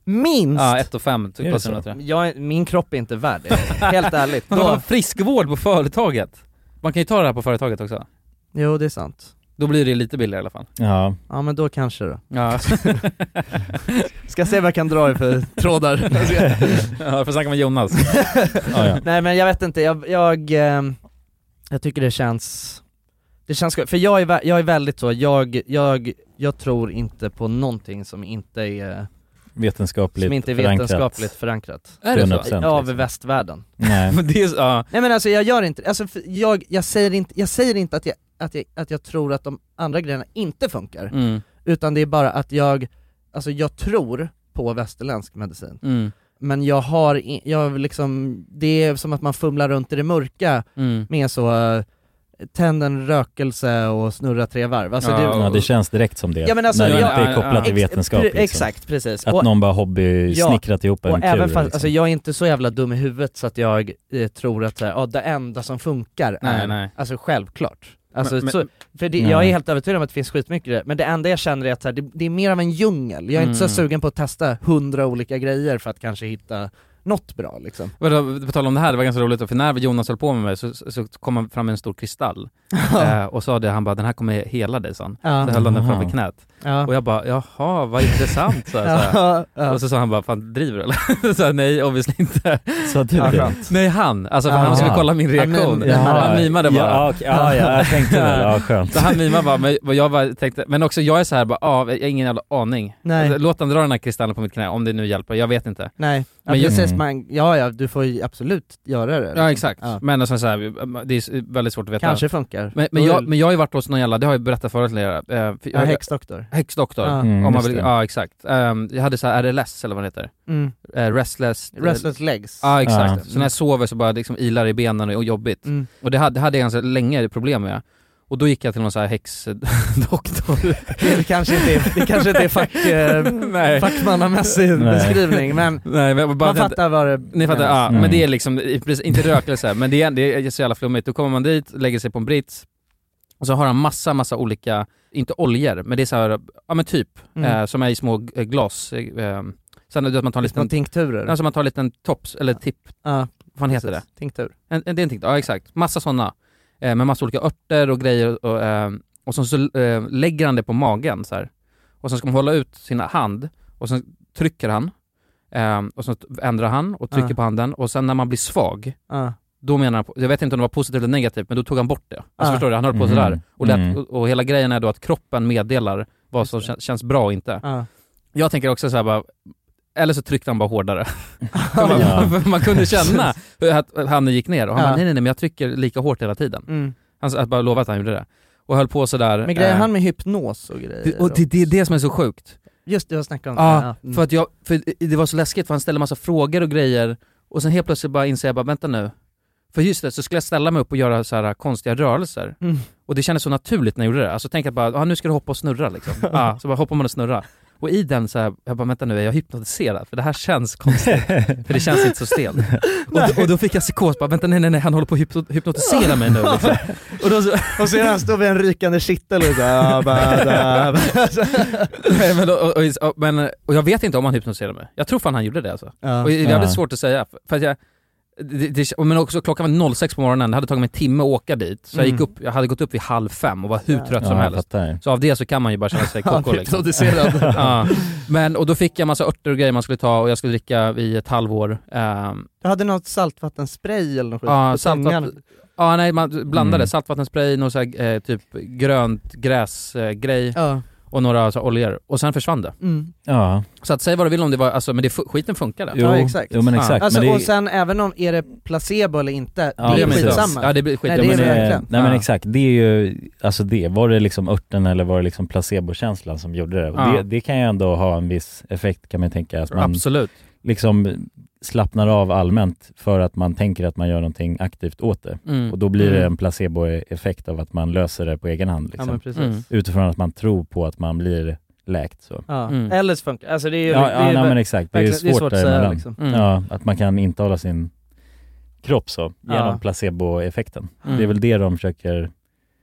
Minst? Ja, ett och fem Är det så? jag, Min kropp är inte värd det, helt ärligt. Man Då, har friskvård på företaget. Man kan ju ta det här på företaget också. jo, det är sant. Då blir det lite billigare i alla fall. Ja. Ja, men då kanske då. Ja. Ska se vad jag kan dra i för trådar. Ja, jag får snacka med Jonas. Ja, ja. Nej, men jag vet inte, jag, jag, eh, jag tycker det känns Det känns för jag är, vä- jag är väldigt så, jag, jag, jag tror inte på någonting som inte är Vetenskapligt Som inte är förankrat. vetenskapligt förankrat. Är det så? hundra procent, Av liksom. västvärlden. Nej. Men det är så, ja. Nej men alltså jag gör inte, alltså för jag, jag säger inte, jag säger inte att jag, att jag, att jag tror att de andra grejerna inte funkar. Mm. Utan det är bara att jag, alltså jag tror på västerländsk medicin. Mm. Men jag har, i- jag liksom, det är som att man fumlar runt i det mörka Mm. med så, uh, tänd en rökelse och snurra tre varv. Alltså Ja, det, Ja, det känns direkt som det. Ja, men alltså, när det jag- inte är kopplat till Ex- vetenskap. pre- Liksom. Exakt, precis. Att Och- någon bara hobby Ja, snickrat ihop en och kur. även fast, liksom. alltså jag är inte så jävla dum i huvudet så att jag eh, tror att så här, ja, det enda som funkar Nej, är, nej. alltså självklart. Alltså, Men- så, för det, Nej. jag är helt övertygad om att det finns skitmycket det, men det enda jag känner är att så här, det, det är mer av en djungel. Jag är inte så Mm. sugen på att testa hundra olika grejer för att kanske hitta något bra liksom. Vadå, på tal om det här, det var ganska roligt då, för när Jonas höll på med mig så, så kom han fram med en stor kristall eh, och sa det, han bara, den här kommer hela dig, son. Ja. Så höll han den Aha. framför knät. Ja. Och jag bara, jaha, vad intressant, så här, så här. Ja, ja. Och så sa han bara, fan driver du eller? Så här, nej, obviously inte. Så du Ja, det? skönt. Nej, han, alltså för Aha. han skulle kolla min reaktion. Ja, men- han mimade bara. Ja, okej. ja, ja, jag tänkte väl, ja skönt. Så han mimade bara, men vad jag bara tänkte, men också jag är så här bara, ja, jag har ingen jävla aning. Nej. Alltså, låt han dra den här kristallen på mitt knä, om det nu hjälper, jag vet inte. Nej, ja, Men just- precis, man, ja, ja, du får ju absolut göra det. Ja, exakt. Ja. Men alltså, så här, det är väldigt svårt att veta. Kanske funkar. Men, men, jag, men jag har ju varit hos någon jävla, det har jag berättat förut till er. Eh, för Ja, jag, häxdoktor. häxdoktor. Ja. Mm, om man just vill, det. ja, exakt. Um, jag hade så här R L S eller vad det heter. Mm. Uh, restless. Restless legs. Ja, exakt. Ja. Så när jag sover så bara liksom ilar i benen och jobbigt. Mm. Och det hade, hade jag ganska länge problem med. Och då gick jag till någon så här häxdoktor. Det kanske inte är, det kanske inte är fack, eh, Nej. fackmannamässig Nej. beskrivning, men Nej, men bara man fattar vad det Ni fattar, ja, Mm. men det är liksom, i princip- inte rökelse, men det är, det är så jävla flummigt. Då kommer man dit, lägger sig på en brits, och så har han massa, massa olika, inte oljor, men det är så här, ja men typ, Mm. eh, som är i små eh, glas. Eh, sen att man tar en små liten, tinkturer. alltså man tar en liten tops, eller tipp, Ja, vad fan heter det? precis. Tinktur. En, en, det är en tinktur, ja exakt. Massa sådana, eh, med massa olika örter och grejer, och, eh, och så, så eh, lägger han det på magen så här. Och så ska man hålla ut sin hand, och så trycker han, eh, och så ändrar han och trycker Ja. på handen, och sen när man blir svag, Ja. då menar han, på- jag vet inte om det var positivt eller negativt, men då tog han bort det. Alltså Ah. förstår du, han höll på Mhm. sådär. Och, lät, Mm. och, och hela grejen är då att kroppen meddelar vad Just som det. kän, känns bra och inte. Ja. Jag tänker också så här bara, eller så tryckte han bara hårdare. För man, Ja. för man kunde känna att han gick ner, och han Ja. bara, nej nej nej, men jag trycker lika hårt hela tiden. Mm. Han sa- att bara lova att han gjorde det. Och höll på sådär. Men grejer eh, han med hypnos och grejer? det, och det, det är det som är så sjukt. Just det, jag snackade om Ja, det. Mm. för att jag, för det var så läskigt, för han ställde massa frågor och grejer, och sen helt plötsligt bara inser jag bara, vänta nu. För just det, så skulle jag ställa mig upp och göra så här konstiga rörelser. Mm. Och det kändes så naturligt när jag gjorde det. Alltså tänk att bara, ah, nu ska du hoppa och snurra liksom. ah, så bara hoppar man och snurra. Och i den så här, jag bara, vänta nu, är jag hypnotiserad? För det här känns konstigt. För det känns inte så stelt. och, då, och då fick jag psykos, bara, vänta nej nej nej, han håller på att hypno- hypnotisera mig nu liksom. Och då så, Och så är han står vid en rykande kittel och så här, ba, da, ba. nej, men, och, och, och, men, och jag vet inte om han hypnotiserade mig. Jag tror fan han gjorde det alltså. Ja. Och det är Ja. väldigt svårt att säga. För att jag, det, det, men också klockan var sex på morgonen, det hade tagit mig en timme att åka dit. Så jag, Mm. gick upp, jag hade gått upp vid halv fem och var hur Ja. trött som Ja, jag helst. fattar. Så av det så kan man ju bara känna sig Han koko är liksom. hypnotiserad. Ja. Men, och då fick jag massa örter och grejer man skulle ta, och jag skulle dricka i ett halvår. Um, Du hade något saltvattenspray eller något skit ja, på saltvatten, tungan. ja, nej, man blandade Mm. saltvattenspray, någon så här, eh, typ grönt gräsgrej, eh, grej, Ja. och några så här, oljor. Och sen försvann det. Mm. Ja, Så att säg vad du vill om det var, alltså, men det, skiten funkade. jo, Ja, exakt. jo men exakt. Alltså, men det, och sen även om, är det placebo eller inte, Ja, det är precis. skitsamma. Ja, det blir skit. Nej, ja, det men är men det det, verkligen. nej men Ja. exakt, det är ju, alltså det, var det liksom örten eller var det liksom placebokänslan som gjorde det? Och Ja. det, det kan ju ändå ha en viss effekt, kan man tänka, att man Absolut. liksom slappnar av allmänt för att man tänker att man gör någonting aktivt åt det. Mm. Och då blir det Mm. en placeboeffekt av att man löser det på egen hand Ja, liksom. men precis. Mm. Utifrån att man tror på att man blir läkt så. Ja. Mm. Eller så funkar, alltså det är ju Ja, det är ja nej, ver- men exakt, det är verkligen- svårt, det är svårt att säga, däremellan. liksom. Mm. Ja, att man kan intala sin kropp så, genom Ja. placeboeffekten. Mm. Det är väl det de försöker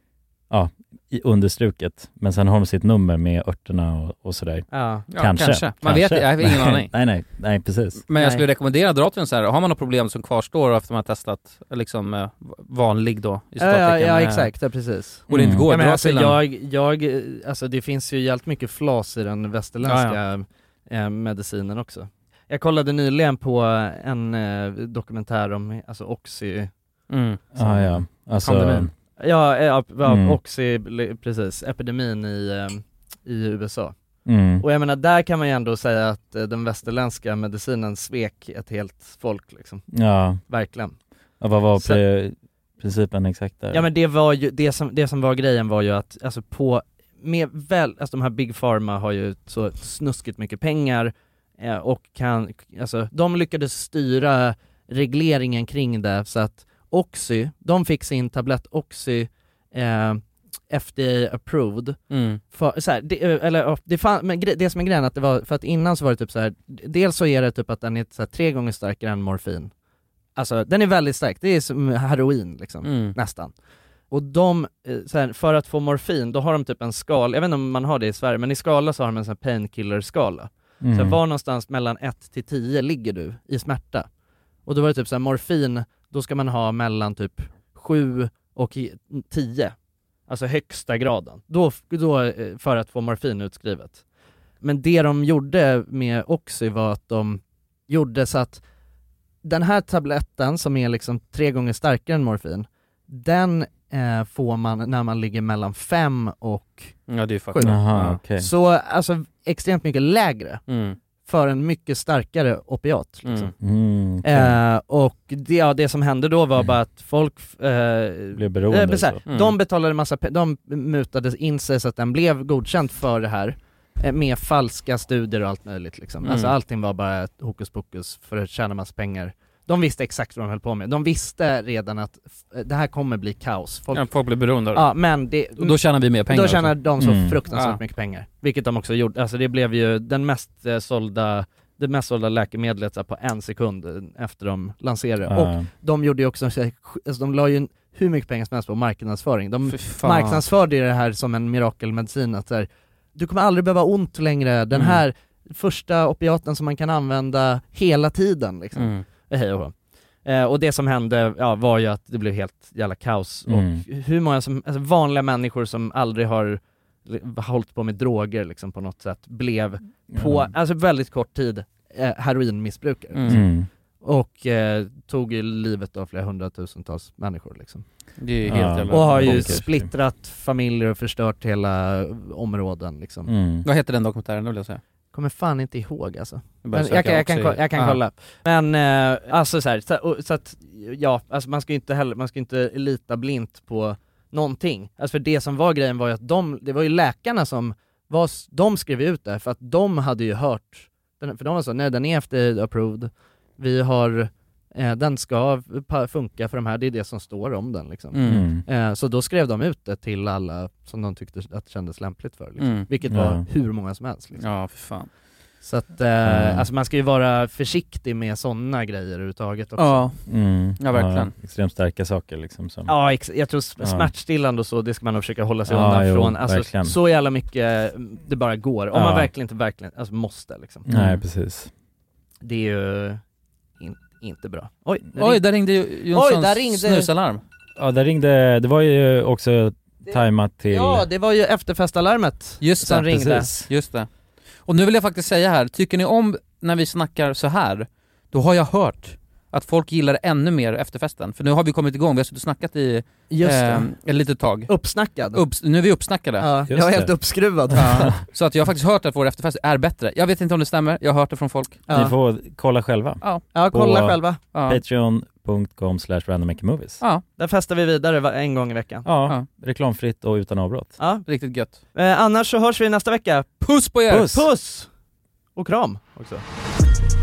ja, i understruket. Men sen har de sitt nummer med örterna och, och sådär. Ja. Ja, kanske. kanske. Man kanske. vet, jag har ingen aning. nej, nej, nej, precis. Men jag Nej. skulle rekommendera att dra till en så här, har man något problem som kvarstår efter man har testat liksom eh, vanlig då i Ja, citattecken, ja, ja eh, exakt, ja, precis. och det inte Mm. går Ja, att men dra alltså, till en... jag, jag, alltså det finns ju jävligt mycket flas i den västerländska eh, medicinen också. Jag kollade nyligen på en eh, dokumentär om alltså Oxy. Mm. Ah, ja, alltså... Pandemin. Ja, ja, ja Mm. Oxy, precis, epidemin i, eh, i U S A. Mm. Och jag menar, där kan man ju ändå säga att eh, den västerländska medicinen svek ett helt folk liksom. Ja. Verkligen. Ja, vad var Så- pre- principen exakt där? Ja men det var ju, det som, det som var grejen var ju att, alltså på, med väl, alltså de här Big Pharma har ju så snuskigt mycket pengar eh, och kan, alltså de lyckades styra regleringen kring det så att Oxy, de fick sin tablett Oxy eh, F D A approved Mm. för, så här, det, eller det, fan, men gre- det som är grejen att det var, för att innan så var det typ så här, dels så är det typ att den är så här, tre gånger starkare än morfin. Alltså den är väldigt stark, det är som heroin liksom, Mm. nästan. Och de, eh, så här, för att få morfin, då har de typ en skala, jag vet inte om man har det i Sverige, men i skala så har de en sån här painkiller-skala. Mm. Så här, var någonstans mellan ett till tio ligger du i smärta? Och då var det typ så här, morfin, då ska man ha mellan typ sju och tio. Alltså högsta graden. Då, då eh, för att få morfin utskrivet. Men det de gjorde med Oxy var att de gjorde så att den här tabletten som är liksom tre gånger starkare än morfin, den eh, får man när man ligger mellan fem och Ja, det är sju. faktiskt. Jaha, okej. Så alltså extremt mycket lägre Mm. för en mycket starkare opiat liksom. Mm. Mm, okej. Eh, och det, ja, det som hände då var bara att folk eh, Blev beroende, eh, så här, så. Mm. de betalade massa pe- de mutade in sig så att den blev godkänd för det här eh, med falska studier och allt möjligt liksom. Mm. Alltså allting var bara ett hokus pokus för att tjäna massa pengar. De visste exakt vad de höll på med. De visste redan att f- det här kommer bli kaos. Folk, Ja, folk blir beroende av det. ja, men det, Och då tjänar vi mer pengar då tjänar också. de så Mm. fruktansvärt Ja. mycket pengar. Vilket de också gjorde. Alltså det blev ju den mest eh, sålda det mest sålda läkemedlet så här, på en sekund eh, efter de lanserade. Ja. Och de gjorde ju också, så här, alltså, de la ju hur mycket pengar som helst på marknadsföring. De Fy fan. marknadsförde ju det här som en mirakelmedicin. Att så här, du kommer aldrig behöva ont längre. Den Mm. här första opiaten som man kan använda hela tiden. Liksom. Mm. Hej och hå. Eh, och det som hände ja, var ju att det blev helt jävla kaos. Mm. Och hur många som, alltså vanliga människor som aldrig har li- hållit på med droger liksom, på något sätt blev på, Ja. alltså väldigt kort tid eh, heroinmissbrukare. Mm. Mm. Och eh, tog ju livet av flera hundratusentals människor liksom. Det är Ja. helt jävla Och har ju bonkers. splittrat familjer och förstört hela områden liksom. Mm. Vad heter den dokumentären, det vill jag säga? Kommer fan inte ihåg alltså. Jag bara Men jag, kan, jag, kan, söker ko- jag kan också i- kolla. Men eh, alltså så, här, så, och, så att, ja, alltså man ska ju inte heller, man ska inte lita blint på någonting. Alltså för det som var grejen var ju att de, det var ju läkarna som var, s- de skrev ut det för att de hade ju hört, den- för de var så, nej den är efter approved, vi har, eh, den ska pa- funka för de här, det är det som står om den liksom. Mm. Eh, så då skrev de ut det till alla som de tyckte att det kändes lämpligt för liksom. Mm. Vilket Ja. var hur många som helst liksom. Ja, för fan. Så att, eh, Mm. alltså man ska ju vara försiktig med sådana grejer överhuvudtaget också. Ja, Mm. Ja, verkligen. Extremt starka saker liksom som... Ja, ex- jag tror s- Ja. smärtstillande och så, det ska man nog försöka hålla sig Ja, undan jo, från. Alltså verkligen. så jävla mycket det bara går. Om Ja. man verkligen inte verkligen, alltså måste liksom. Nej, Mm. precis. Det är ju in, inte bra. Oj, där Oj, ring- där ringde ju Jonssons Oj, där ringde- snusalarm. Ja, där ringde, det var ju också tajmat till... Ja, det var ju efterfestalarmet Just som det, ringde. precis. Just det. Och nu vill jag faktiskt säga här, tycker ni om när vi snackar så här, då har jag hört att folk gillar det ännu mer efterfesten. För nu har vi kommit igång, vi har suttit och snackat i Just det. eh, ett litet tag. Uppsnackad. Upps, nu är vi uppsnackade. Ja, Just jag är helt det. uppskruvad. Ja. Så att jag har faktiskt hört att vår efterfest är bättre. Jag vet inte om det stämmer, jag har hört det från folk. Ja. Ni får kolla själva. Ja, Ja, kolla på- själva. ja. Patreon punkt com slash randommakermovies. Ja, Där festar vi vidare va- en gång i veckan. Ja, Ja. reklamfritt och utan avbrott. Ja. riktigt gött. Eh, annars så hörs vi nästa vecka. Puss på er! Puss! Puss! Och kram också.